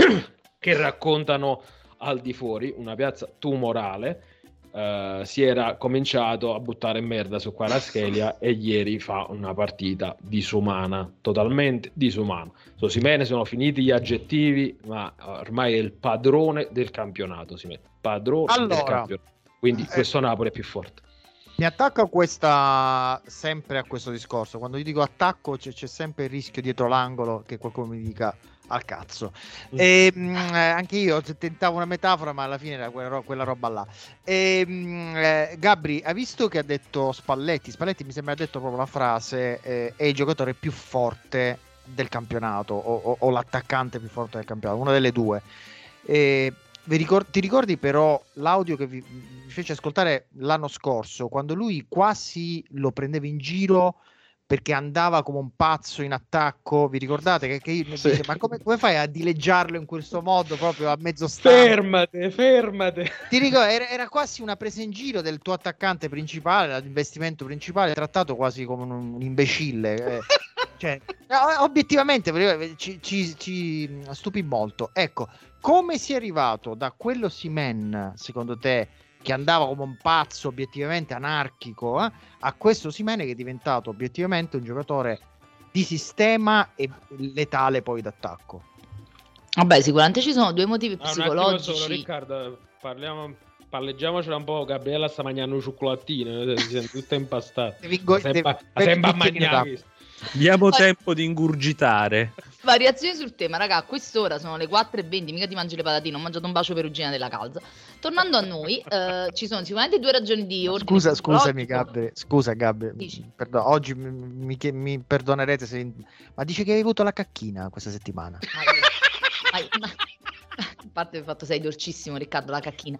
che raccontano al di fuori, una piazza tumorale. Uh, si era cominciato a buttare merda su Kvaratskhelia e ieri fa una partita disumana, totalmente disumana. Su Osimhen sono finiti gli aggettivi, ma ormai è il padrone del campionato, si mette padrone allora, del campionato, quindi eh, questo Napoli è più forte. Mi attacco a questa, sempre a questo discorso. Quando io dico attacco c'è, c'è sempre il rischio dietro l'angolo che qualcuno mi dica al cazzo. Mm. E, mh, anche io tentavo una metafora, ma alla fine era quella, ro- quella roba là. E, mh, eh, Gabri, hai visto che ha detto Spalletti? Spalletti mi sembra ha detto proprio la frase eh, è il giocatore più forte del campionato o, o, o l'attaccante più forte del campionato, una delle due. E, vi ricor- ti ricordi però l'audio che vi, vi fece ascoltare l'anno scorso, quando lui quasi lo prendeva in giro perché andava come un pazzo in attacco? Vi ricordate che, che io mi Sì. dice, ma come, come fai a dileggiarlo in questo modo proprio a mezzo stampo? Fermate, fermate. Ti ricordo, era, era quasi una presa in giro del tuo attaccante principale, l'investimento principale, trattato quasi come un, un imbecille. Eh. Cioè, obiettivamente ci, ci, ci stupì molto. Ecco, come si è arrivato da quello Osimhen, secondo te, che andava come un pazzo, obiettivamente anarchico, eh, a questo Osimhen che è diventato obiettivamente un giocatore di sistema e letale poi d'attacco? Vabbè, sicuramente ci sono due motivi Ah, un psicologici. attimo solo, Riccardo, parliamo, palleggiamocela un po'. Gabriella sta mangiando cioccolatine, si sente tutta impastata. Devi go- sembra devi- sembra a devi- mangiare. Abbiamo Poi- tempo di ingurgitare. Variazioni sul tema, raga, a quest'ora sono le quattro e venti, mica ti mangi le patatine, ho mangiato un bacio perugina della calza. Tornando a noi, eh, ci sono sicuramente due ragioni di ordine Scusa, scusami psicologico. Gabri, scusa Gabri, Dici. perdo- oggi mi, mi, mi- mi perdonerete se... Ma dice che hai avuto la cacchina questa settimana. Ma io- ma- a parte il fatto sei dolcissimo Riccardo, la cacchina.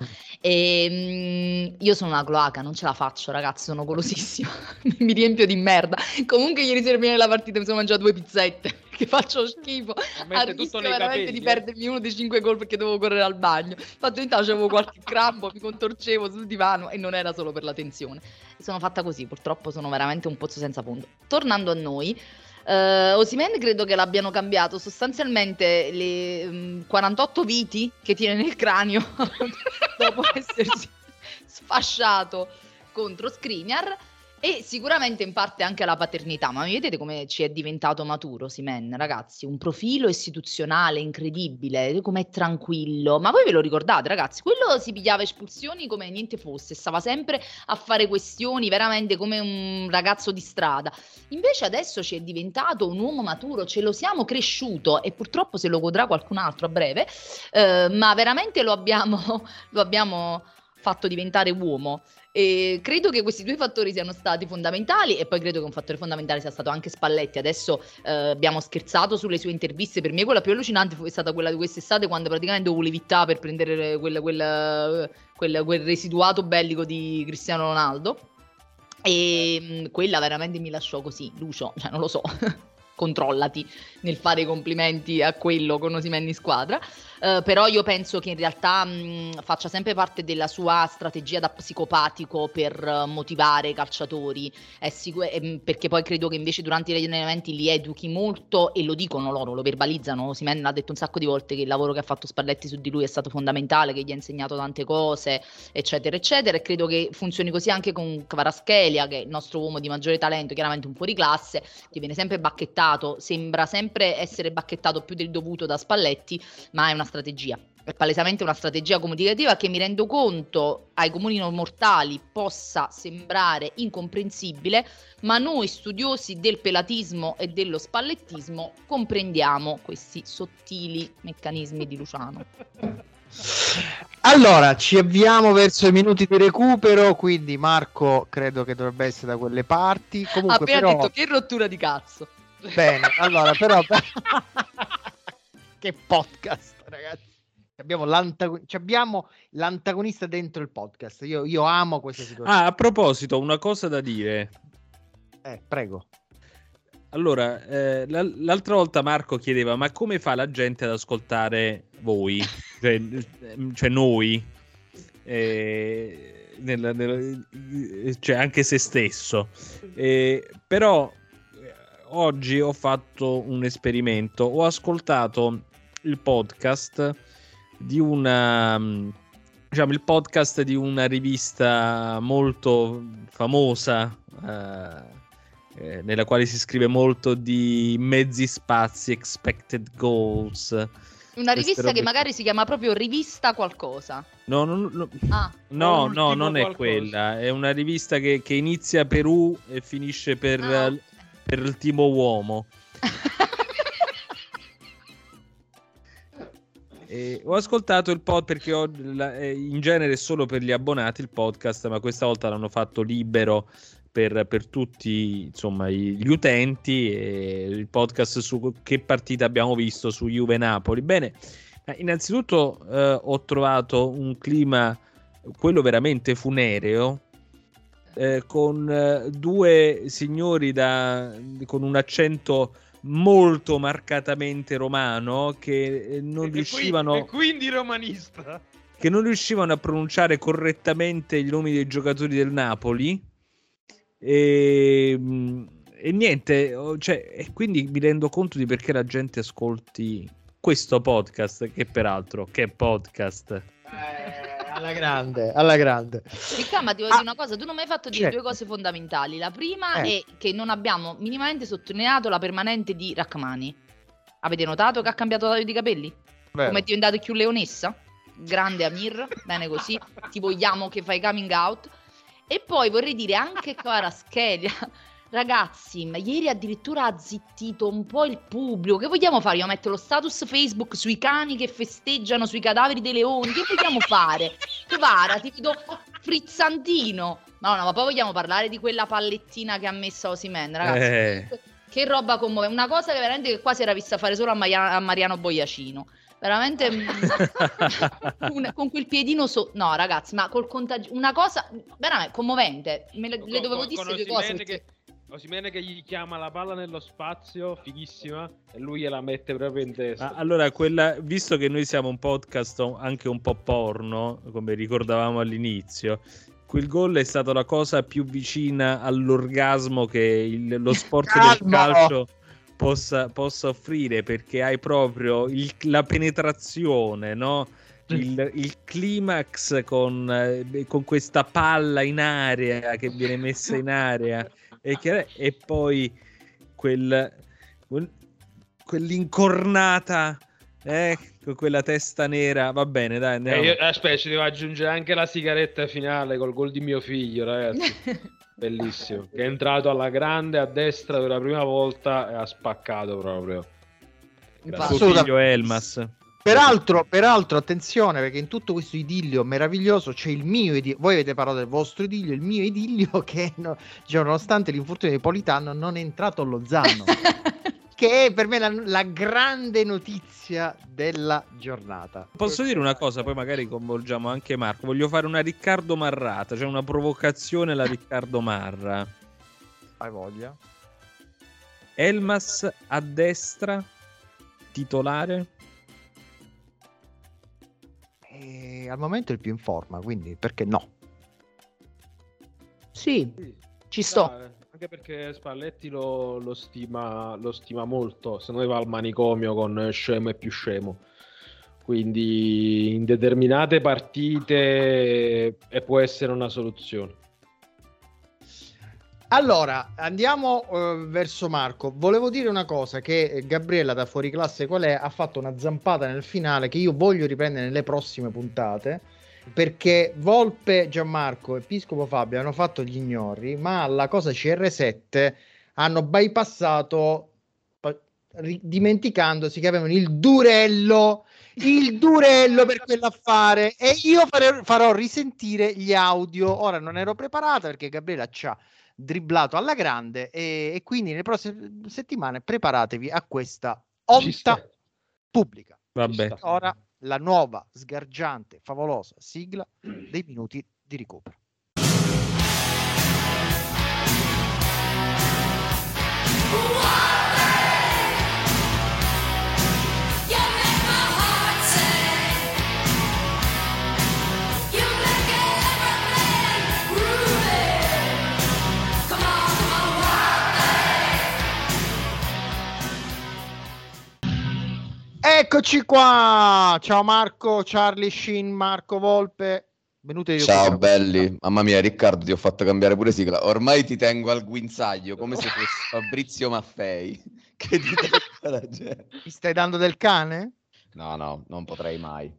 E, mm, io sono una cloaca, non ce la faccio ragazzi, sono golosissima, mi riempio di merda. Comunque ieri sera prima della partita mi sono mangiato due pizzette che faccio schifo, Mette a tutto rischio nei veramente capelli, di eh. perdermi uno dei cinque gol perché dovevo correre al bagno. Infatti intanto avevo qualche crampo, mi contorcevo sul divano e non era solo per la tensione. Sono fatta così, purtroppo sono veramente un pozzo senza fondo. Tornando a noi, Uh, Osimhen credo che l'abbiano cambiato sostanzialmente le um, quarantotto viti che tiene nel cranio dopo essersi sfasciato contro Skriniar, e sicuramente in parte anche la paternità. Ma vedete come ci è diventato maturo Osimhen, ragazzi? Un profilo istituzionale incredibile, com'è tranquillo. Ma voi ve lo ricordate, ragazzi? Quello si pigliava espulsioni come niente fosse, stava sempre a fare questioni veramente come un ragazzo di strada. Invece adesso ci è diventato un uomo maturo, ce lo siamo cresciuto e purtroppo se lo godrà qualcun altro a breve, eh, ma veramente lo abbiamo, lo abbiamo fatto diventare uomo. E credo che questi due fattori siano stati fondamentali, e poi credo che un fattore fondamentale sia stato anche Spalletti. Adesso eh, abbiamo scherzato sulle sue interviste, per me quella più allucinante fu stata quella di quest'estate, quando praticamente volevi vittare per prendere quel, quel, quel, quel residuato bellico di Cristiano Ronaldo, e mh, quella veramente mi lasciò così, Lucio, cioè non lo so. Controllati nel fare i complimenti a quello con Osimhen in squadra, uh, però io penso che in realtà mh, faccia sempre parte della sua strategia da psicopatico per uh, motivare i calciatori, è sicur- ehm, perché poi credo che invece durante gli allenamenti li educhi molto, e lo dicono loro, lo verbalizzano. Osimhen ha detto un sacco di volte che il lavoro che ha fatto Spalletti su di lui è stato fondamentale, che gli ha insegnato tante cose, eccetera eccetera, e credo che funzioni così anche con Kvaratskhelia, che è il nostro uomo di maggiore talento, chiaramente un fuoriclasse, che viene sempre bacchettato, sembra sempre essere bacchettato più del dovuto da Spalletti, ma è una strategia, è palesemente una strategia comunicativa che, mi rendo conto, ai comuni non mortali possa sembrare incomprensibile, ma noi studiosi del pelatismo e dello spallettismo comprendiamo questi sottili meccanismi di Luciano. Allora, ci avviamo verso i minuti di recupero, quindi Marco credo che dovrebbe essere da quelle parti. Comunque, ha appena però... detto che rottura di cazzo. Bene, allora però che podcast, ragazzi. Abbiamo, l'antagon- abbiamo l'antagonista dentro il podcast. Io, io amo questa situazione. Ah, a proposito, una cosa da dire. Eh, prego. Allora, eh, l- l'altra volta Marco chiedeva: ma come fa la gente ad ascoltare voi? Cioè, cioè noi? Eh, nella- nella- cioè anche se stesso. Eh, però eh, oggi ho fatto un esperimento. Ho ascoltato il podcast di una, diciamo, il podcast di una rivista molto famosa, eh, eh, nella quale si scrive molto di mezzi spazi, expected goals. Una queste rivista robe che qua. magari si chiama proprio Rivista qualcosa. No, no, no, Ah. no, Ultimo no, non è qualcosa. quella. È una rivista che, che inizia per U e finisce per, Ah, ok. per il Timo Uomo. E ho ascoltato il pod perché ho, la- eh, in genere è solo per gli abbonati il podcast, ma questa volta l'hanno fatto libero per, per tutti, insomma, i- gli utenti. E il podcast su che partita abbiamo visto su Juve Napoli. Bene, eh, innanzitutto eh, ho trovato un clima, quello veramente funereo, eh, con eh, due signori da, con un accento molto marcatamente romano che eh, non E qui- riuscivano e quindi romanista. che non riuscivano a pronunciare correttamente i nomi dei giocatori del Napoli e, mh, e niente, oh, cioè, e quindi mi rendo conto di perché la gente ascolti questo podcast, che peraltro che podcast. Eh, alla grande, alla grande. Ricca, ma ti voglio dire una cosa, tu non mi hai fatto dire certo. due cose fondamentali. La prima Eh. è che non abbiamo minimamente sottolineato la permanente di Rachmani. Avete notato che ha cambiato taglio di capelli? Vero. Come è diventato più leonessa? Grande Amir, bene così, ti vogliamo che fai coming out. E poi vorrei dire anche Kvaratskhelia. Ragazzi, ma ieri addirittura ha zittito un po' il pubblico. Che vogliamo fare? Io metto lo status Facebook sui cani che festeggiano sui cadaveri dei leoni. Che vogliamo fare? Kvara, ti vedo frizzantino. No, no, ma poi vogliamo parlare di quella pallettina che ha messo Osimhen, ragazzi. Eh. Che roba commovente. Una cosa che veramente che qua si era vista fare solo a, Maria- a Mariano Boiacino. Veramente mm, un- con quel piedino so- no ragazzi, ma col contagio, una cosa veramente commovente. Me le, le dovevo dire queste due cose Osimhen perché- che, Osimhen che gli chiama la palla nello spazio, fighissima, e lui gliela mette proprio in testa. Ah, allora, quella, visto che noi siamo un podcast anche un po' porno, come ricordavamo all'inizio, quel gol è stata la cosa più vicina all'orgasmo che il- lo sport del Calmo! calcio possa, possa offrire, perché hai proprio il- la penetrazione, no? Il, il climax con, eh, con questa palla in aria che viene messa in aria e, che, e poi quel, quel- quell'incornata eh, con quella testa nera. Va bene, dai, andiamo. E io, aspetta, ci devo aggiungere anche la sigaretta finale col gol di mio figlio, ragazzi. Bellissimo. Che è entrato alla grande a destra per la prima volta e ha spaccato proprio. Suo figlio Elmas. Peraltro, peraltro, attenzione, perché in tutto questo idillio meraviglioso c'è il mio idillio. Voi avete parlato del vostro idillio, il mio idillio che no, cioè, nonostante l'infortunio di Politano non è entrato a Lozano. Che è per me la, la grande notizia della giornata. Posso dire una cosa, poi magari coinvolgiamo anche Marco. Voglio fare una Riccardo Marrata, cioè una provocazione alla Riccardo Marra. Hai voglia? Elmas a destra, titolare. E al momento è il più in forma, quindi perché no? Sì, ci sto. Ah, anche perché Spalletti lo, lo stima, lo stima molto, se no va al manicomio con scemo e più scemo. Quindi in determinate partite e può essere una soluzione. Allora, andiamo eh, verso Marco. Volevo dire una cosa, che Gabriella da Fuori Classe Qual è ha fatto una zampata nel finale che io voglio riprendere nelle prossime puntate, perché Volpe, Gianmarco e Piscopo Fabio hanno fatto gli ignori, ma alla cosa C R sette hanno bypassato, ri- dimenticandosi che avevano il durello il durello per quell'affare, e io fare- farò risentire gli audio. Ora non ero preparata perché Gabriella ci ha dribblato alla grande, e, e quindi nelle prossime settimane preparatevi a questa Ci onta sta. pubblica. Vabbè. Ora la nuova, sgargiante, favolosa sigla dei minuti di recupero. Eccoci qua, ciao Marco, Charlie Sheen, Marco Volpe, benvenuti. Ciao belli, mamma mia Riccardo, ti ho fatto cambiare pure sigla, ormai ti tengo al guinzaglio come se fossi Fabrizio Maffei. Che ti la gente. Mi stai dando del cane? No, no, non potrei mai.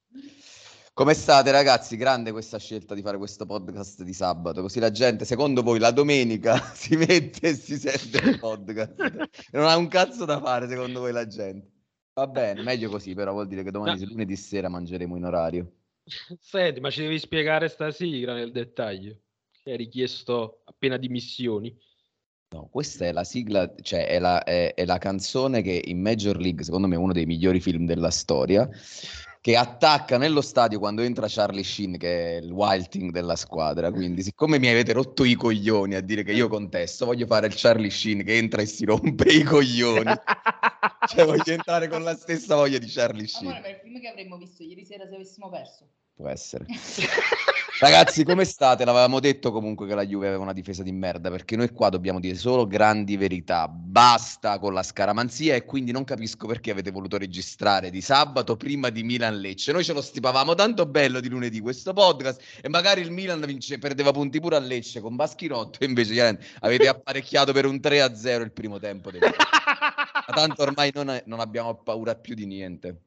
Come state ragazzi? Grande questa scelta di fare questo podcast di sabato, così la gente, secondo voi, la domenica si mette e si sente il podcast. Non ha un cazzo da fare, secondo voi, la gente? Va bene, meglio così, però vuol dire che domani, no. lunedì sera, mangeremo in orario. Senti, ma ci devi spiegare sta sigla nel dettaglio, che hai richiesto appena dimissioni. No, questa è la sigla, cioè è la, è, è la canzone che in Major League, secondo me, è uno dei migliori film della storia, che attacca nello stadio quando entra Charlie Sheen, che è il wild thing della squadra. Quindi, siccome mi avete rotto i coglioni a dire che io contesto, voglio fare il Charlie Sheen che entra e si rompe i coglioni. Cioè, voglio entrare con la stessa voglia di Charlie Sheen. Amore, ma è il film che avremmo visto ieri sera se avessimo perso. Può essere. Ragazzi, come state? L'avevamo detto comunque che la Juve aveva una difesa di merda, perché noi qua dobbiamo dire solo grandi verità. Basta con la scaramanzia, e quindi non capisco perché avete voluto registrare di sabato prima di Milan-Lecce. Noi ce lo stipavamo tanto bello di lunedì questo podcast, e magari il Milan vince, perdeva punti pure a Lecce con Baschirotto, e invece avete apparecchiato per un tre a zero il primo tempo. Del... Ma tanto ormai non, è, non abbiamo paura più di niente.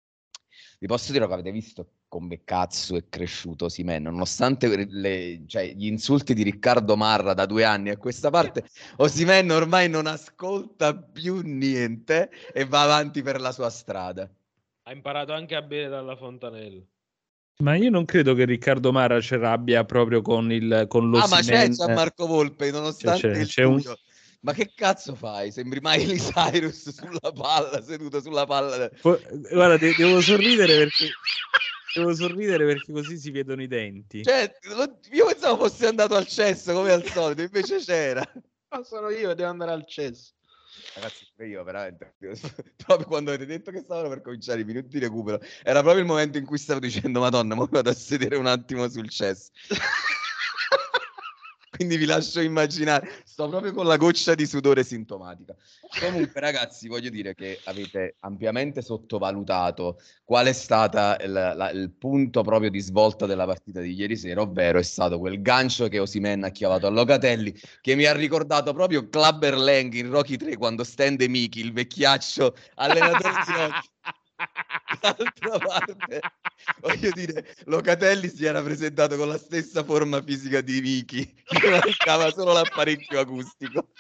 Vi posso dire che avete visto come cazzo è cresciuto Osimhen, nonostante le, cioè, gli insulti di Riccardo Marra da due anni a questa parte, Osimhen ormai non ascolta più niente e va avanti per la sua strada. Ha imparato anche a bere dalla fontanella. Ma io non credo che Riccardo Marra ce l'abbia proprio con il con l'Osimhen. Ah, ma c'è Gianmarco Volpe, nonostante c'è, c'è, il c'è tuo... un... Ma che cazzo fai? Sembri Miley Cyrus sulla palla, seduto sulla palla. Guarda, de- devo sorridere perché devo sorridere perché così si vedono i denti. Cioè, io pensavo fosse andato al cesso come al solito, invece c'era. Ma sono io, devo andare al cesso. Ragazzi, io veramente, proprio quando avete detto che stavano per cominciare i minuti di recupero, era proprio il momento in cui stavo dicendo, Madonna, mo vado a sedere un attimo sul cesso. Quindi vi lascio immaginare, sto proprio con la goccia di sudore sintomatica. Comunque ragazzi, voglio dire che avete ampiamente sottovalutato qual è stato il, la, il punto proprio di svolta della partita di ieri sera, ovvero è stato quel gancio che Osimhen ha chiavato a Locatelli, che mi ha ricordato proprio Clubber Lang in Rocky tre, quando stende Miki, il vecchiaccio allenatore di Rocky. D'altra parte, voglio dire, Locatelli si era presentato con la stessa forma fisica di Vicky, che mancava solo l'apparecchio acustico.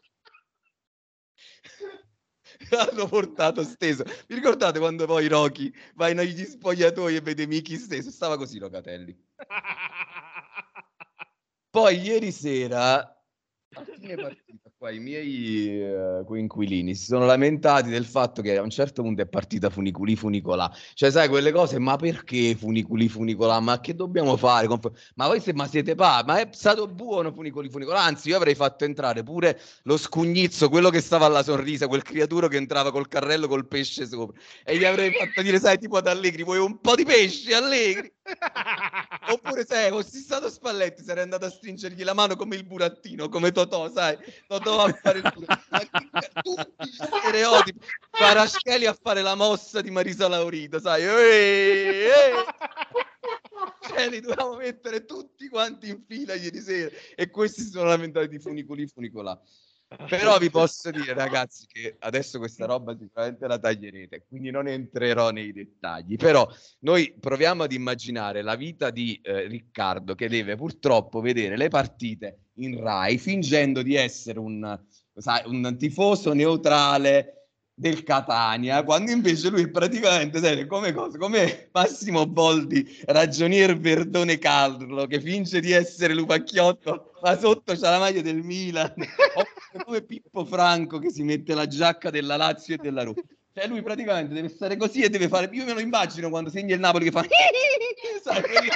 L'hanno portato steso. Vi ricordate quando poi Rocky va negli spogliatoi e vede Mickey steso? Stava così Locatelli. Poi ieri sera, a fine partita, qua i miei uh, coinquilini si sono lamentati del fatto che a un certo punto è partita funiculi funicolà. Cioè, sai, quelle cose, ma perché funiculi funicolà? Ma che dobbiamo fare? Ma voi se, ma siete pa? Ma è stato buono funiculi funicolà? Anzi, io avrei fatto entrare pure lo scugnizzo, quello che stava alla Sorrisa, quel creaturo che entrava col carrello col pesce sopra. E gli avrei fatto dire, sai, tipo ad Allegri, vuoi un po' di pesce, Allegri? Oppure, sai, fossi stato Spalletti, sarei andato a stringergli la mano come il burattino, come Totò, sai? Totò a fare il tutti gli stereotipi. Kvaratskhelia a fare la mossa di Marisa Laurito, sai? Eeeh, eeeh. Cioè, li dovevamo mettere tutti quanti in fila ieri sera, e questi si sono lamentati di funicoli funicolà. Però vi posso dire, ragazzi, che adesso questa roba sicuramente la taglierete, quindi non entrerò nei dettagli. Però noi proviamo ad immaginare la vita di eh, Riccardo, che deve purtroppo vedere le partite in Rai fingendo di essere un, sai, un tifoso neutrale del Catania, quando invece lui è praticamente, sai, come cosa, come Massimo Boldi, ragionier Verdone Carlo, che finge di essere Lupacchiotto, ma sotto c'ha la maglia del Milan, o come Pippo Franco che si mette la giacca della Lazio e della Roma. Cioè lui praticamente deve stare così e deve fare, io me lo immagino quando segna il Napoli che fa sai,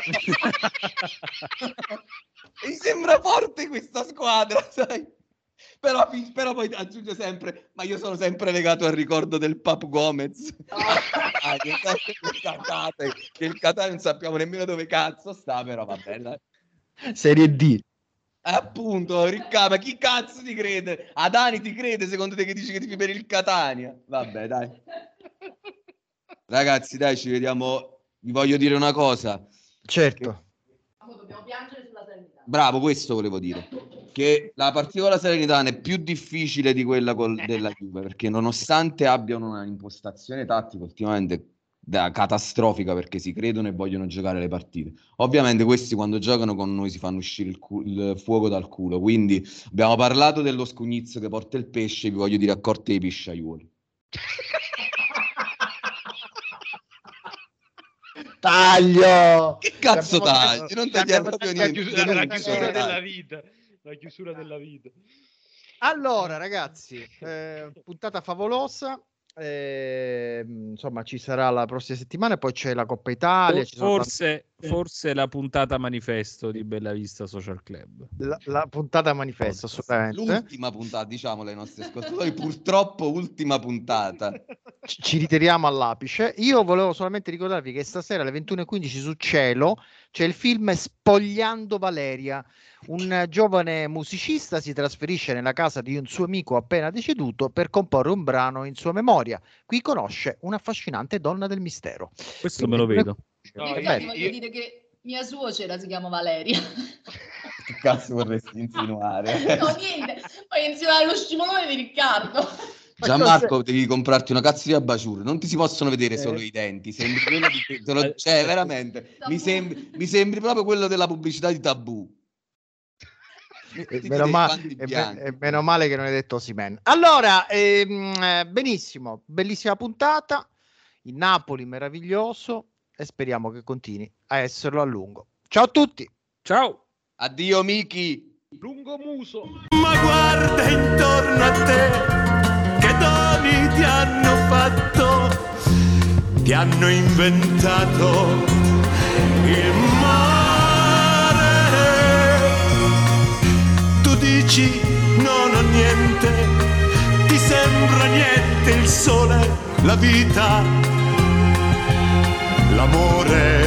e mi sembra forte questa squadra, sai? Però, però poi aggiunge sempre, ma io sono sempre legato al ricordo del Papu Gomez. Ah, che, che, che il Catania non sappiamo nemmeno dove cazzo sta, però va bene. Serie D. Appunto, Riccardo, ma chi cazzo ti crede? Adani ti crede secondo te che dici che tifi per il Catania? Vabbè, dai. Ragazzi, dai, ci vediamo. Vi voglio dire una cosa. Certo. Dobbiamo piangere sulla Salernitana. Bravo, questo volevo dire. Che la partita con la Salernitana è più difficile di quella col, della Juve, perché nonostante abbiano una impostazione tattica ultimamente da catastrofica, perché si credono e vogliono giocare le partite. Ovviamente questi quando giocano con noi si fanno uscire il, cu- il fuoco dal culo, quindi abbiamo parlato dello scugnizzo che porta il pesce, vi voglio dire a corte dei pisciaiuoli. Taglio! Che cazzo tagli? Non tagliare proprio La niente. chiusura, la Non chiusura tagliare. della vita. La chiusura della vita. Allora, ragazzi, eh, puntata favolosa. Eh, insomma, ci sarà la prossima settimana, poi c'è la Coppa Italia. Ci sono Forse, forse la puntata manifesto di Bella Vista Social Club. la, la puntata manifesto, assolutamente. L'ultima puntata, diciamolo ai nostri ascoltatori, purtroppo ultima puntata. Ci, ci ritiriamo all'apice. Io volevo solamente ricordarvi che stasera alle ventuno e quindici su Cielo c'è il film Spogliando Valeria. Un giovane musicista si trasferisce nella casa di un suo amico appena deceduto per comporre un brano in sua memoria. Qui conosce un'affascinante donna del mistero. Questo me lo vedo. No, Io io- infatti voglio io- dire che mia suocera si chiama Valeria. Che cazzo vorresti insinuare? No, niente. Poi insinuare lo scivolone di Riccardo. Gianmarco, devi comprarti una cazzo di abajur, non ti si possono vedere solo i denti, sembri quello di, te lo- cioè veramente mi sembri, mi sembri proprio quello della pubblicità di Tabù. E meno, ma- e me- e meno male che non hai detto Osimhen. Allora, ehm, eh, benissimo, bellissima puntata. Il Napoli meraviglioso e speriamo che continui a esserlo a lungo. Ciao a tutti. Ciao. Addio Miki. Lungo muso. Ma guarda intorno a te, che doni ti hanno fatto, ti hanno inventato il mare. Tu dici non ho niente, ti sembra niente il sole, la vita, l'amore.